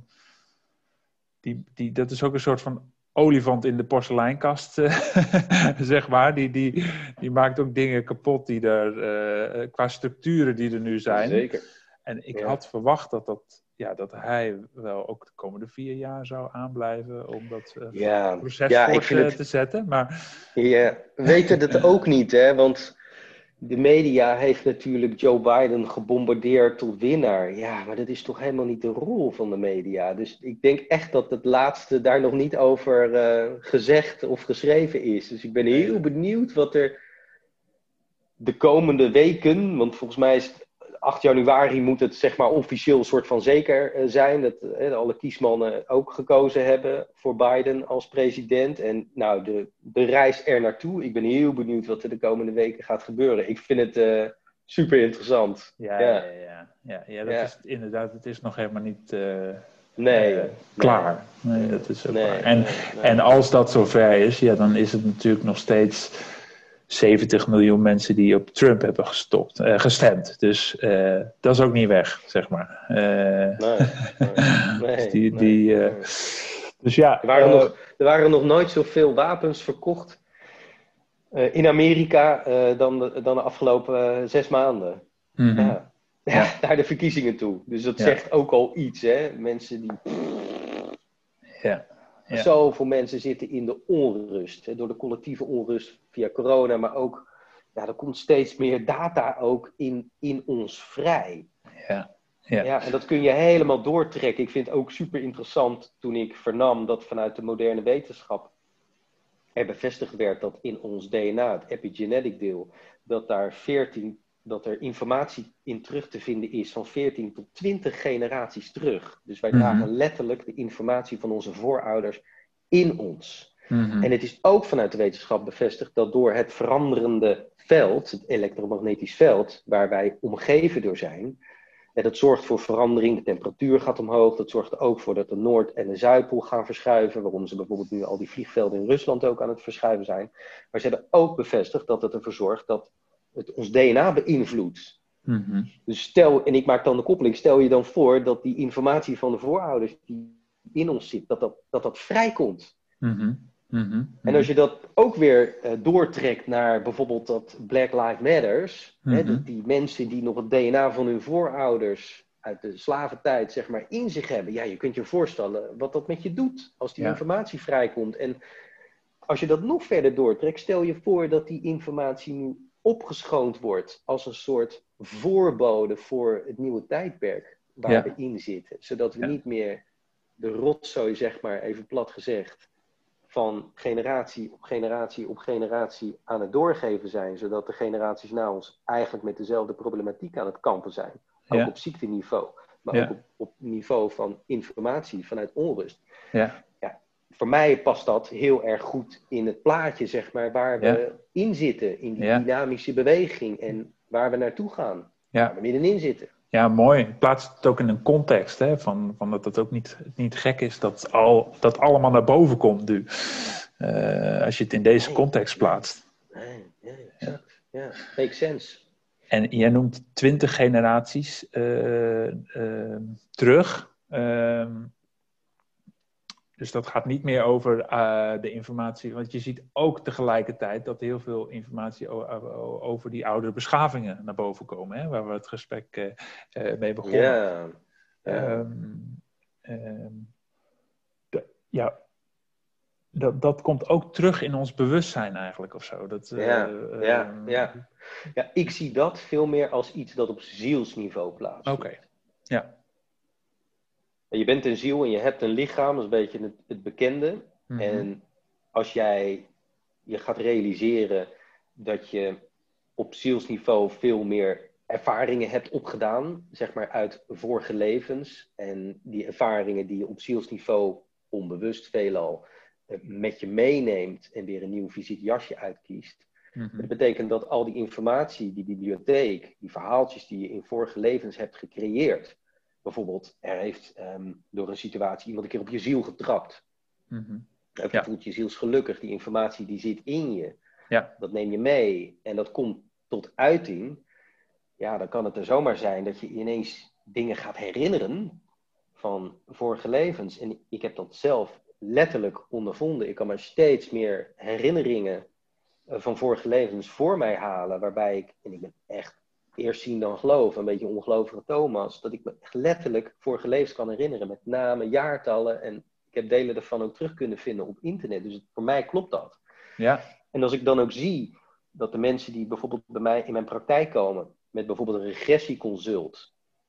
die, die, dat is ook een soort van olifant in de porseleinkast, uh, zeg maar. Die, die, die maakt ook dingen kapot die er, uh, qua structuren die er nu zijn. Zeker. En ik ja. had verwacht dat, dat, ja, dat hij wel ook de komende vier jaar zou aanblijven om dat uh, ja. proces ja, voor ik vind te, het... te zetten. Maar... Ja, weten het ook niet, hè, want... de media heeft natuurlijk Joe Biden gebombardeerd tot winnaar. Ja, maar dat is toch helemaal niet de rol van de media. Dus ik denk echt dat het laatste daar nog niet over uh, gezegd of geschreven is. Dus ik ben heel benieuwd wat er de komende weken, want volgens mij is het acht januari moet het zeg maar officieel soort van zeker uh, zijn. Dat uh, alle kiesmannen ook gekozen hebben voor Biden als president. En nou, de, de reis er naartoe. Ik ben heel benieuwd wat er de komende weken gaat gebeuren. Ik vind het uh, super interessant. Ja, ja, ja. ja, ja, ja dat ja. is het, inderdaad. Het is nog helemaal niet uh, nee, uh, klaar. Nee, nee, dat is ook nee, waar. En, nee, nee. en als dat zover is, ja, dan is het natuurlijk nog steeds zeventig miljoen mensen die op Trump hebben gestopt, uh, gestemd. Dus uh, dat is ook niet weg, zeg maar. Uh, nee, nee, nee, dus, die, nee, die, uh, nee. dus ja. Er waren, uh, nog, er waren nog nooit zoveel wapens verkocht uh, in Amerika uh, dan, de, dan de afgelopen uh, zes maanden. Mm-hmm. Ja. Ja, ja, naar de verkiezingen toe. Dus dat ja. zegt ook al iets, hè. Mensen die... Ja. Ja. Zoveel mensen zitten in de onrust. Hè, door de collectieve onrust via corona. Maar ook, ja, er komt steeds meer data ook in, in ons vrij. Ja. Ja. Ja, en dat kun je helemaal doortrekken. Ik vind het ook super interessant toen ik vernam dat vanuit de moderne wetenschap er bevestigd werd dat in ons D N A, het epigenetic deel, dat daar veertien, dat er informatie in terug te vinden is van veertien tot twintig generaties terug. Dus wij Mm-hmm. dragen letterlijk de informatie van onze voorouders in ons. Mm-hmm. En het is ook vanuit de wetenschap bevestigd dat door het veranderende veld, het elektromagnetisch veld, waar wij omgeven door zijn, en dat zorgt voor verandering, de temperatuur gaat omhoog, dat zorgt er ook voor dat de Noord- en de Zuidpool gaan verschuiven, waarom ze bijvoorbeeld nu al die vliegvelden in Rusland ook aan het verschuiven zijn. Maar ze hebben ook bevestigd dat het ervoor zorgt dat het ons D N A beïnvloedt. Mm-hmm. Dus stel, en ik maak dan de koppeling, stel je dan voor dat die informatie van de voorouders die in ons zit, dat dat, dat, dat vrijkomt. Mm-hmm. Mm-hmm. En als je dat ook weer uh, doortrekt naar bijvoorbeeld dat Black Lives Matters, mm-hmm. hè, dat die mensen die nog het D N A van hun voorouders uit de slaventijd zeg maar in zich hebben, ja, je kunt je voorstellen wat dat met je doet als die ja. informatie vrijkomt. En als je dat nog verder doortrekt, stel je voor dat die informatie nu opgeschoond wordt als een soort voorbode voor het nieuwe tijdperk waar ja. we in zitten. Zodat we ja. niet meer de rotzooi, zeg maar, even plat gezegd, van generatie op generatie op generatie aan het doorgeven zijn. Zodat de generaties na ons eigenlijk met dezelfde problematiek aan het kampen zijn. Ook ja. op ziekteniveau, maar ja. ook op, op niveau van informatie vanuit onrust. Ja. Ja, voor mij past dat heel erg goed in het plaatje, zeg maar, waar we ja. in zitten. In die ja. dynamische beweging en waar we naartoe gaan. Ja. Waar we middenin zitten. Ja, mooi. Plaats het ook in een context, hè, van, van dat het ook niet, niet gek is dat al, dat allemaal naar boven komt nu. Uh, als je het in deze nee, context plaatst. Nee, nee, exact. Ja, ja. Makes sense. En jij noemt twintig generaties uh, uh, terug. Uh, dus dat gaat niet meer over uh, de informatie. Want je ziet ook tegelijkertijd dat heel veel informatie o- over die oude beschavingen naar boven komen. Hè, waar we het gesprek uh, uh, mee begonnen. Ja. ja. Um, um, de, ja. Dat, dat komt ook terug in ons bewustzijn eigenlijk of zo. Dat, uh, ja, ja, um, ja. ja, ik zie dat veel meer als iets dat op zielsniveau plaatsvindt. Oké, okay. ja. Je bent een ziel en je hebt een lichaam, dat is een beetje het, het bekende. Mm-hmm. En als jij je gaat realiseren dat je op zielsniveau veel meer ervaringen hebt opgedaan, zeg maar uit vorige levens. En die ervaringen die je op zielsniveau onbewust veelal met je meeneemt en weer een nieuw fysiek jasje uitkiest. Mm-hmm. Dat betekent dat al die informatie, die bibliotheek, die verhaaltjes die je in vorige levens hebt gecreëerd. Bijvoorbeeld, er heeft um, door een situatie iemand een keer op je ziel getrapt. Mm-hmm. Of je ja. voelt je zielsgelukkig, die informatie die zit in je. Ja. Dat neem je mee en dat komt tot uiting. Ja, dan kan het er zomaar zijn dat je ineens dingen gaat herinneren van vorige levens. En ik heb dat zelf letterlijk ondervonden. Ik kan maar steeds meer herinneringen van vorige levens voor mij halen. Waarbij ik, en ik ben echt eerst zien dan geloven, een beetje ongelovige Thomas, dat ik me echt letterlijk vorige levens kan herinneren met namen, jaartallen. En ik heb delen daarvan ook terug kunnen vinden op internet. Dus het, voor mij klopt dat. Ja. En als ik dan ook zie dat de mensen die bijvoorbeeld bij mij in mijn praktijk komen, met bijvoorbeeld een regressieconsult,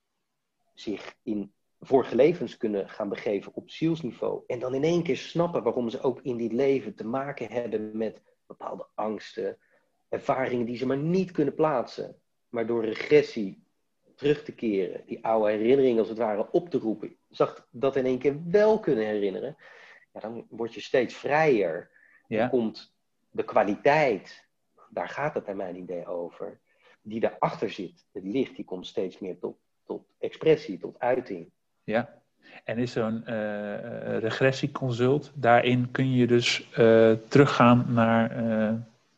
zich in vorige levens kunnen gaan begeven op zielsniveau. En dan in één keer snappen waarom ze ook in dit leven te maken hebben met bepaalde angsten, ervaringen die ze maar niet kunnen plaatsen. Maar door regressie terug te keren, die oude herinneringen als het ware op te roepen, zag dat in één keer wel kunnen herinneren. Ja, dan word je steeds vrijer. Ja. Dan komt de kwaliteit, daar gaat het naar mijn idee over, die daarachter zit, het licht, die komt steeds meer tot, tot expressie, tot uiting. Ja, en is zo'n uh, regressieconsult, daarin kun je dus uh, teruggaan naar uh,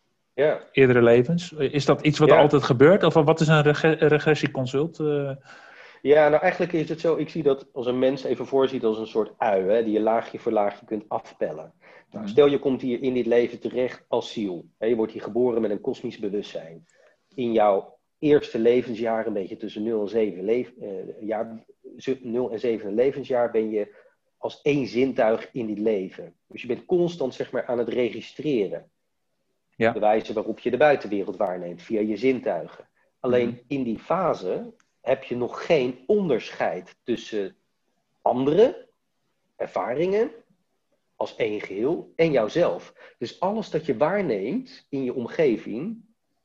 ja. eerdere levens. Is dat iets wat ja. altijd gebeurt? Of wat is een reg- regressieconsult? Uh... Ja, nou eigenlijk is het zo, ik zie dat als een mens even voorziet als een soort ui, hè, die je laagje voor laagje kunt afpellen. Nou, Mm. stel je komt hier in dit leven terecht als ziel. Hè, je wordt hier geboren met een kosmisch bewustzijn. In jouw eerste levensjaar, een beetje tussen nul en zeven, leef, uh, jaar, nul en zeven levensjaar, ben je als één zintuig in dit leven. Dus je bent constant zeg maar aan het registreren. Ja. De wijze waarop je de buitenwereld waarneemt, via je zintuigen. Alleen Mm. in die fase heb je nog geen onderscheid tussen andere ervaringen als één geheel en jouzelf. Dus alles dat je waarneemt in je omgeving,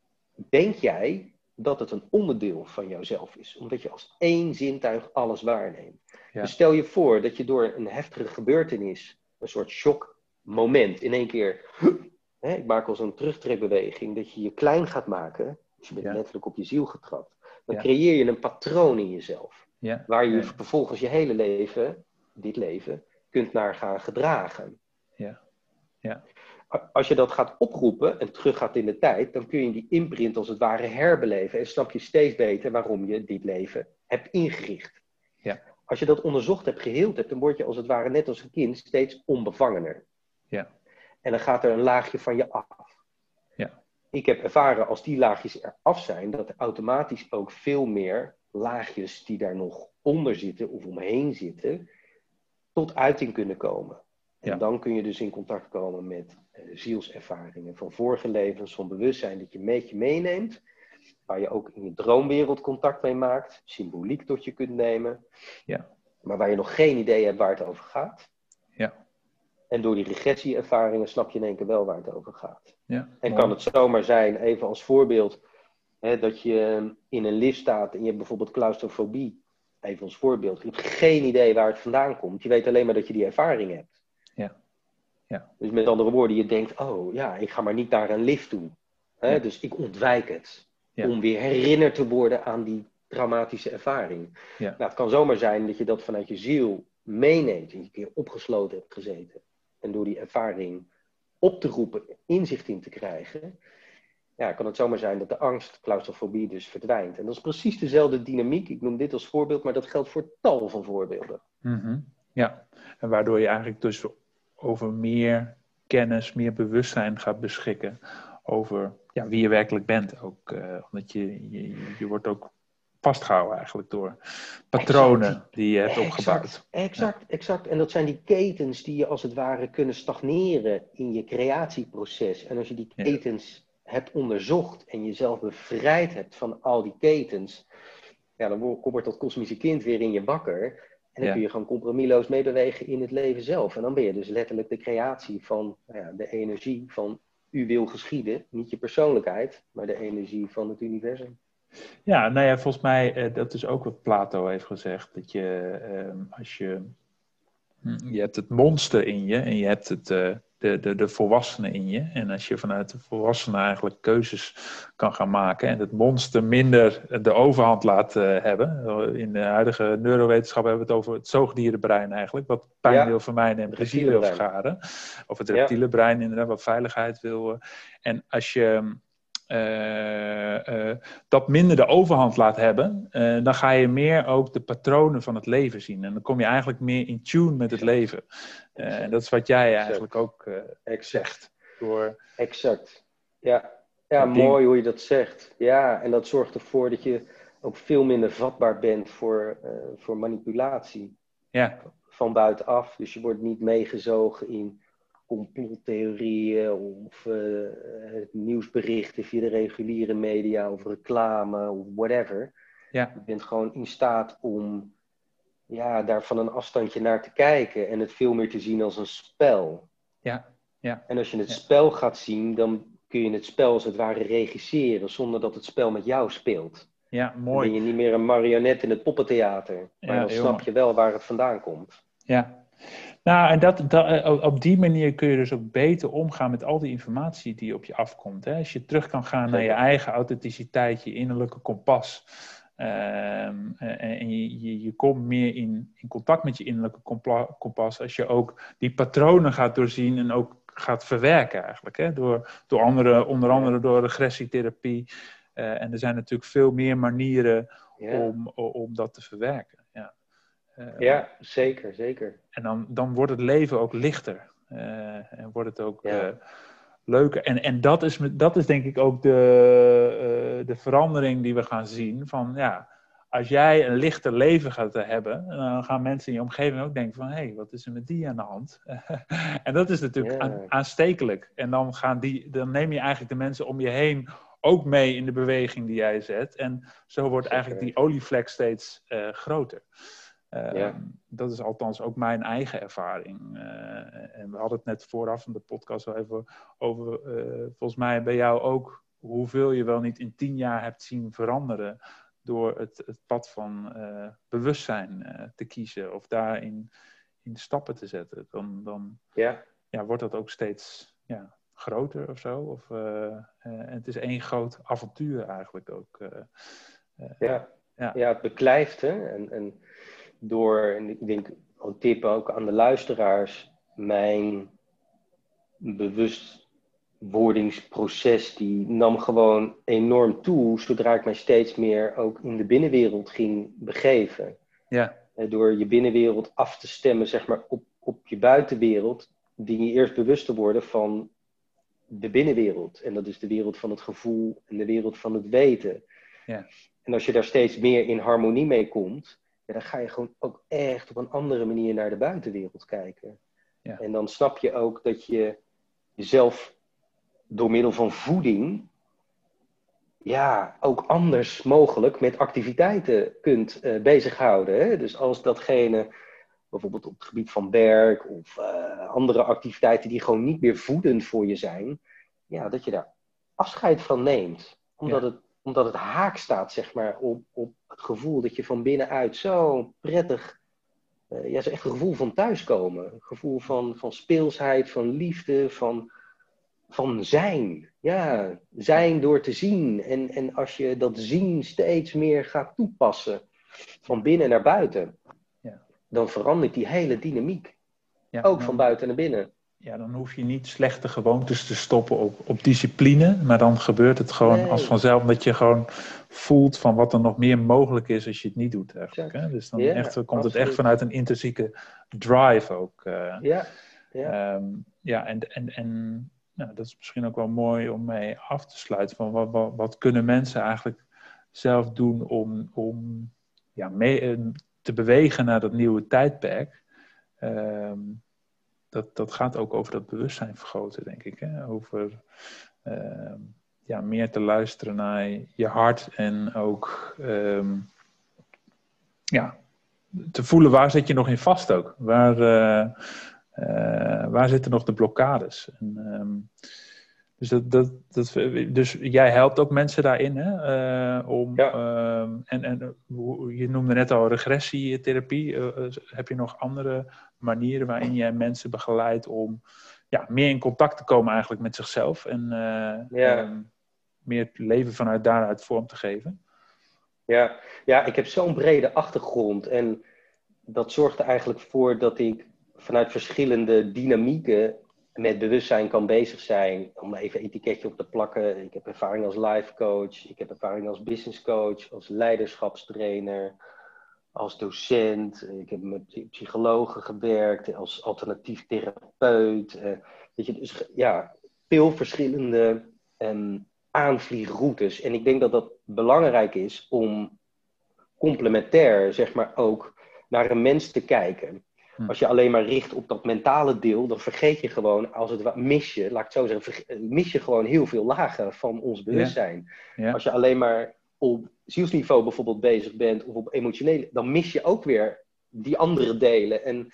denk jij dat het een onderdeel van jouzelf is. Omdat je als één zintuig alles waarneemt. Ja. Dus stel je voor dat je door een heftige gebeurtenis, een soort shockmoment, in één keer, hè, ik maak al zo'n terugtrekbeweging, dat je je klein gaat maken. Dus je bent Ja. letterlijk op je ziel getrapt. Dan Ja. creëer je een patroon in jezelf. Ja. Waar je Ja. vervolgens je hele leven, dit leven, kunt naar gaan gedragen. Ja. Ja. Als je dat gaat oproepen en terug gaat in de tijd, dan kun je die imprint als het ware herbeleven. En snap je steeds beter waarom je dit leven hebt ingericht. Ja. Als je dat onderzocht hebt, geheeld hebt, dan word je als het ware net als een kind steeds onbevangener. Ja. En dan gaat er een laagje van je af. Ja. Ik heb ervaren als die laagjes eraf zijn, dat er automatisch ook veel meer laagjes die daar nog onder zitten of omheen zitten, tot uiting kunnen komen. En Ja. dan kun je dus in contact komen met uh, zielservaringen van vorige levens, van bewustzijn dat je met je meeneemt. Waar je ook in je droomwereld contact mee maakt. Symboliek tot je kunt nemen. Ja. Maar waar je nog geen idee hebt waar het over gaat. Ja. En door die regressieervaringen snap je in één keer wel waar het over gaat. Ja. En Mooi. kan het zomaar zijn, even als voorbeeld, hè, dat je in een lift staat en je hebt bijvoorbeeld claustrofobie. Even als voorbeeld. Je hebt geen idee waar het vandaan komt. Je weet alleen maar dat je die ervaring hebt. Ja. Ja. Dus met andere woorden, je denkt, oh ja, ik ga maar niet naar een lift toe. Hè? Ja. Dus ik ontwijk het. Ja. Om weer herinnerd te worden aan die traumatische ervaring. Ja. Nou, het kan zomaar zijn dat je dat vanuit je ziel meeneemt. En je een keer opgesloten hebt gezeten. En door die ervaring op te roepen, inzicht in te krijgen. Ja, kan het zomaar zijn dat de angst, claustrofobie dus verdwijnt. En dat is precies dezelfde dynamiek. Ik noem dit als voorbeeld, maar dat geldt voor tal van voorbeelden. Mm-hmm. Ja, en waardoor je eigenlijk dus over meer kennis, meer bewustzijn gaat beschikken over ja, wie je werkelijk bent. Ook, uh, omdat je, je, je wordt ook vastgehouden eigenlijk door patronen exact. die je hebt exact, opgebouwd. Exact, ja. exact. En dat zijn die ketens die je als het ware kunnen stagneren in je creatieproces. En als je die ketens ja. hebt onderzocht en jezelf bevrijd hebt van al die ketens, ja, dan wordt dat kosmische kind weer in je wakker. En dan ja. kun je gewoon compromisloos meebewegen in het leven zelf. En dan ben je dus letterlijk de creatie van nou ja, de energie van u wil geschieden. Niet je persoonlijkheid, maar de energie van het universum. Ja, nou ja, volgens mij, uh, dat is ook wat Plato heeft gezegd. Dat je, uh, als je, je hebt het monster in je en je hebt het, uh, de, de, de volwassene in je. En als je vanuit de volwassene eigenlijk keuzes kan gaan maken en het monster minder de overhand laat uh, hebben. In de huidige neurowetenschap hebben we het over het zoogdierenbrein eigenlijk. Wat pijn ja, wil vermijden en plezier wil vergaren. Of het reptiele ja. brein inderdaad, wat veiligheid wil. Uh, en als je Uh, uh, dat minder de overhand laat hebben, uh, dan ga je meer ook de patronen van het leven zien. En dan kom je eigenlijk meer in tune met het leven. Uh, en dat is wat jij exact. eigenlijk ook uh, exact. zegt. Door exact. Ja, ja mooi ding. Hoe je dat zegt. Ja, en dat zorgt ervoor dat je ook veel minder vatbaar bent voor, uh, voor manipulatie. Ja. Van buitenaf. Dus je wordt niet meegezogen in complottheorieën of uh, nieuwsberichten via de reguliere media of reclame of whatever. Ja. Je bent gewoon in staat om ja, daar van een afstandje naar te kijken en het veel meer te zien als een spel. Ja. Ja. En als je het Ja. spel gaat zien, dan kun je het spel als het ware regisseren zonder dat het spel met jou speelt. Ja, Dan mooi. ben je niet meer een marionet in het poppentheater. Maar Ja, dan heel snap mooi. je wel waar het vandaan komt. Ja. Nou, en dat, dat, op die manier kun je dus ook beter omgaan met al die informatie die op je afkomt. Hè? Als je terug kan gaan naar je Zeker. eigen authenticiteit, je innerlijke kompas. Um, en en je, je, je komt meer in, in contact met je innerlijke compla- kompas als je ook die patronen gaat doorzien en ook gaat verwerken eigenlijk. Hè? Door, door andere, onder andere door regressietherapie. Uh, en er zijn natuurlijk veel meer manieren Ja, om, om dat te verwerken. Ja. Uh, ja zeker, zeker. En dan, dan wordt het leven ook lichter. Uh, en wordt het ook Ja. uh, leuker. En, en dat, is, dat is denk ik ook de, uh, de verandering die we gaan zien. Van ja, als jij een lichter leven gaat hebben, dan gaan mensen in je omgeving ook denken van hé, hey, wat is er met die aan de hand? En dat is natuurlijk Ja. aan, aanstekelijk. En dan, gaan die, dan neem je eigenlijk de mensen om je heen ook mee in de beweging die jij zet. En zo wordt Zeker. eigenlijk die olievlek steeds uh, groter. Uh, Ja. Dat is althans ook mijn eigen ervaring. Uh, en we hadden het net vooraf in de podcast wel even over, uh, volgens mij bij jou ook, hoeveel je wel niet in tien jaar hebt zien veranderen door het, het pad van uh, bewustzijn uh, te kiezen of daarin in stappen te zetten. Dan, dan Ja. Ja, wordt dat ook steeds ja, groter of zo. Of, uh, uh, en het is één groot avontuur eigenlijk ook. Uh, uh, Ja. Ja. Ja, het beklijft. Hè? En, en door, en ik denk, een tip ook aan de luisteraars, mijn bewustwordingsproces, die nam gewoon enorm toe, zodra ik mij steeds meer ook in de binnenwereld ging begeven. Ja. Door je binnenwereld af te stemmen, zeg maar, op, op je buitenwereld, die je eerst bewust te worden van de binnenwereld. En dat is de wereld van het gevoel en de wereld van het weten. Ja. En als je daar steeds meer in harmonie mee komt, ja, dan ga je gewoon ook echt op een andere manier naar de buitenwereld kijken. Ja. En dan snap je ook dat je jezelf door middel van voeding ja, ook anders mogelijk met activiteiten kunt uh, bezighouden. Hè? Dus als datgene, bijvoorbeeld op het gebied van werk of uh, andere activiteiten die gewoon niet meer voedend voor je zijn, ja, dat je daar afscheid van neemt. Omdat, Ja. het, omdat het haak staat, zeg maar, op, op het gevoel dat je van binnenuit zo prettig, uh, ja, zo echt een gevoel van thuiskomen. Een gevoel van, van speelsheid, van liefde, van, van zijn. Ja, zijn door te zien. En, en als je dat zien steeds meer gaat toepassen, van binnen naar buiten, Ja. dan verandert die hele dynamiek. Ja, ook dan, van buiten naar binnen. Ja, dan hoef je niet slechte gewoontes te stoppen op, op discipline, maar dan gebeurt het gewoon Nee. als vanzelf, dat je gewoon voelt van wat er nog meer mogelijk is als je het niet doet eigenlijk. Hè? Dus dan Ja, echt, komt absoluut. het echt vanuit een intrinsieke drive ook. Uh, ja, ja. Um, ja, en, en, en nou, dat is misschien ook wel mooi om mee af te sluiten. Van wat, wat, wat kunnen mensen eigenlijk zelf doen om, om ja, mee, te bewegen naar dat nieuwe tijdperk? Um, dat, dat gaat ook over dat bewustzijn vergroten, denk ik. Hè? Over um, ja, meer te luisteren naar je hart en ook um, ja, te voelen waar zit je nog in vast ook. Waar, uh, uh, waar zitten nog de blokkades? En, um, dus, dat, dat, dat, dus jij helpt ook mensen daarin, hè? Uh, om, Ja. um, en, en je noemde net al regressietherapie. Uh, heb je nog andere manieren waarin jij mensen begeleidt om ja, meer in contact te komen eigenlijk met zichzelf en uh, Ja. um, meer het leven vanuit daaruit vorm te geven? Ja, ja, ik heb zo'n brede achtergrond en dat zorgt er eigenlijk voor dat ik vanuit verschillende dynamieken met bewustzijn kan bezig zijn. Om even een etiketje op te plakken. Ik heb ervaring als life coach, ik heb ervaring als business coach, als leiderschapstrainer, als docent. Ik heb met psychologen gewerkt, als alternatief therapeut. Weet je, dus ja, veel verschillende um, aanvliegroutes. En ik denk dat dat belangrijk is om complementair, zeg maar, ook naar een mens te kijken. Hm. Als je alleen maar richt op dat mentale deel, dan vergeet je gewoon, als het wat mis je, laat ik het zo zeggen, verge- mis je gewoon heel veel lagen van ons bewustzijn. Ja. Ja. Als je alleen maar op zielsniveau bijvoorbeeld bezig bent, of op emotionele, dan mis je ook weer die andere delen. En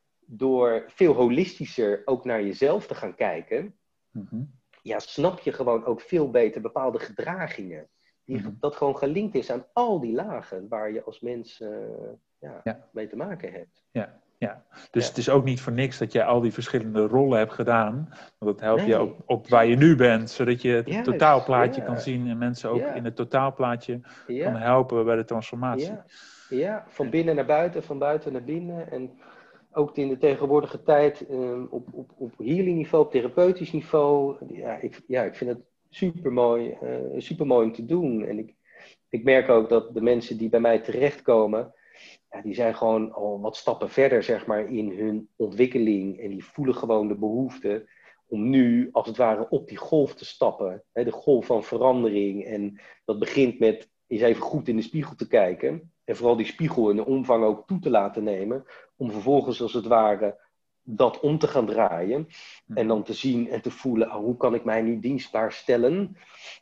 door veel holistischer ook naar jezelf te gaan kijken, mm-hmm. ja, snap je gewoon ook veel beter bepaalde gedragingen. Die, mm-hmm. Dat gewoon gelinkt is aan al die lagen waar je als mens uh, ja, ja. mee te maken hebt. Ja, ja. Dus ja. Het is ook niet voor niks dat jij al die verschillende rollen hebt gedaan. Want dat helpt nee. je ook op waar je nu bent, zodat je het Juist, totaalplaatje ja. kan zien en mensen ook ja. in het totaalplaatje ja. kan helpen bij de transformatie. Ja, ja. van binnen naar buiten, van buiten naar binnen. En ook in de tegenwoordige tijd um, op, op, op healing niveau, op therapeutisch niveau. Ja, ik, ja, ik vind het super mooi, uh, super mooi om te doen. En ik, ik merk ook dat de mensen die bij mij terechtkomen, ja, die zijn gewoon al wat stappen verder, zeg maar, in hun ontwikkeling. En die voelen gewoon de behoefte om nu, als het ware, op die golf te stappen. Hè, de golf van verandering. En dat begint met eens even goed in de spiegel te kijken. En vooral die spiegel in de omvang ook toe te laten nemen. Om vervolgens, als het ware, dat om te gaan draaien. En dan te zien en te voelen, oh, hoe kan ik mij nu dienstbaar stellen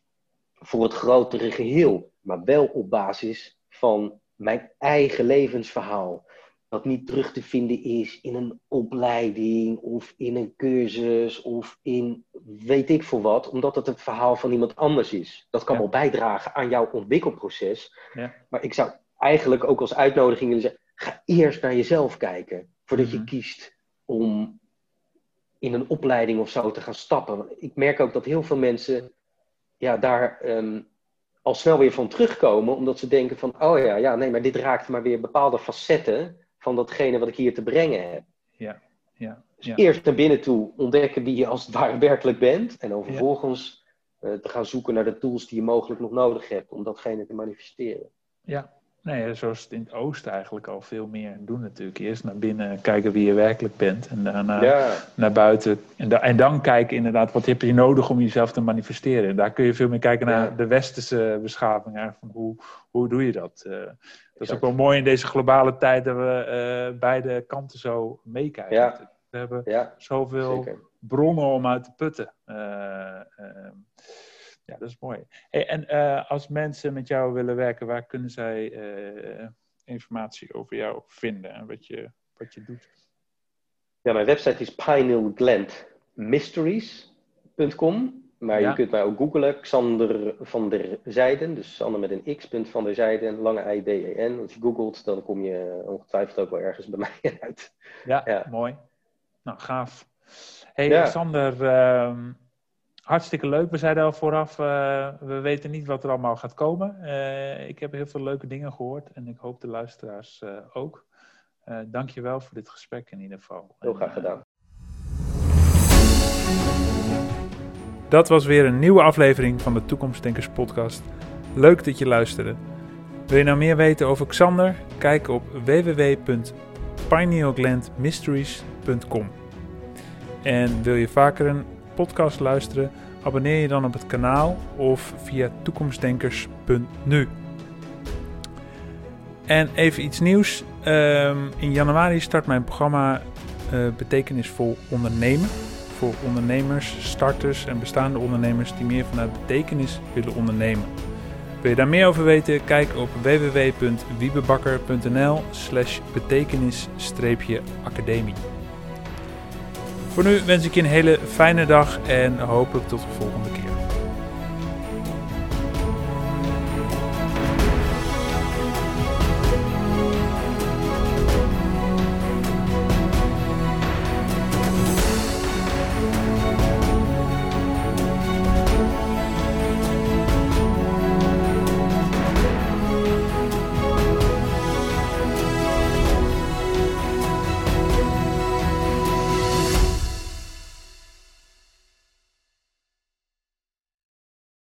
voor het grotere geheel. Maar wel op basis van mijn eigen levensverhaal. Dat niet terug te vinden is in een opleiding of in een cursus of in weet ik veel wat. Omdat het het verhaal van iemand anders is. Dat kan ja. wel bijdragen aan jouw ontwikkelproces. Ja. Maar ik zou eigenlijk ook als uitnodiging willen zeggen, ga eerst naar jezelf kijken. Voordat mm-hmm. je kiest om in een opleiding of zo te gaan stappen. Ik merk ook dat heel veel mensen ja, daar um, al snel weer van terugkomen. Omdat ze denken van, oh ja, ja, nee, maar dit raakt maar weer bepaalde facetten van datgene wat ik hier te brengen heb. Ja, ja, dus ja. eerst naar binnen toe ontdekken wie je als het ware werkelijk bent. En dan vervolgens ja. uh, te gaan zoeken naar de tools die je mogelijk nog nodig hebt om datgene te manifesteren. Ja. Nee, zoals het in het oosten eigenlijk al veel meer doen natuurlijk. Eerst naar binnen kijken wie je werkelijk bent. En daarna ja. naar buiten. En, da- en dan kijken inderdaad, wat heb je nodig om jezelf te manifesteren. En daar kun je veel meer kijken naar ja. de westerse beschaving. Van hoe, hoe doe je dat? Uh, dat is exact. Ook wel mooi in deze globale tijd dat we uh, beide kanten zo meekijken. Ja. We hebben ja. zoveel Zeker. bronnen om uit te putten. Uh, uh, Ja, dat is mooi. Hey, en uh, als mensen met jou willen werken, waar kunnen zij uh, informatie over jou vinden en wat je, wat je doet? Ja, mijn website is pineal gland mysteries punt com. Maar ja. je kunt mij ook googlen, Xander van der Zijden. Dus Xander met een x, van der Zijden, lange I D E N. Als je googelt, dan kom je ongetwijfeld ook wel ergens bij mij uit. Ja, ja. mooi. Nou, gaaf. Hey, ja. Xander... Uh, Hartstikke leuk. We zeiden al vooraf, uh, we weten niet wat er allemaal gaat komen. Uh, ik heb heel veel leuke dingen gehoord en ik hoop de luisteraars uh, ook. Uh, Dank je wel voor dit gesprek in ieder geval. Heel graag gedaan. Uh... Dat was weer een nieuwe aflevering van de Toekomstdenkers podcast. Leuk dat je luisterde. Wil je nou meer weten over Xander? Kijk op w w w punt pineal gland mysteries punt com. En wil je vaker een podcast luisteren, abonneer je dan op het kanaal of via toekomstdenkers punt n u. En even iets nieuws. Um, in januari start mijn programma uh, Betekenisvol Ondernemen. Voor ondernemers, starters en bestaande ondernemers die meer vanuit betekenis willen ondernemen. Wil je daar meer over weten? Kijk op w w w punt wiebebakker punt n l slash betekenis academie. Voor nu wens ik je een hele fijne dag en hopelijk tot de volgende keer.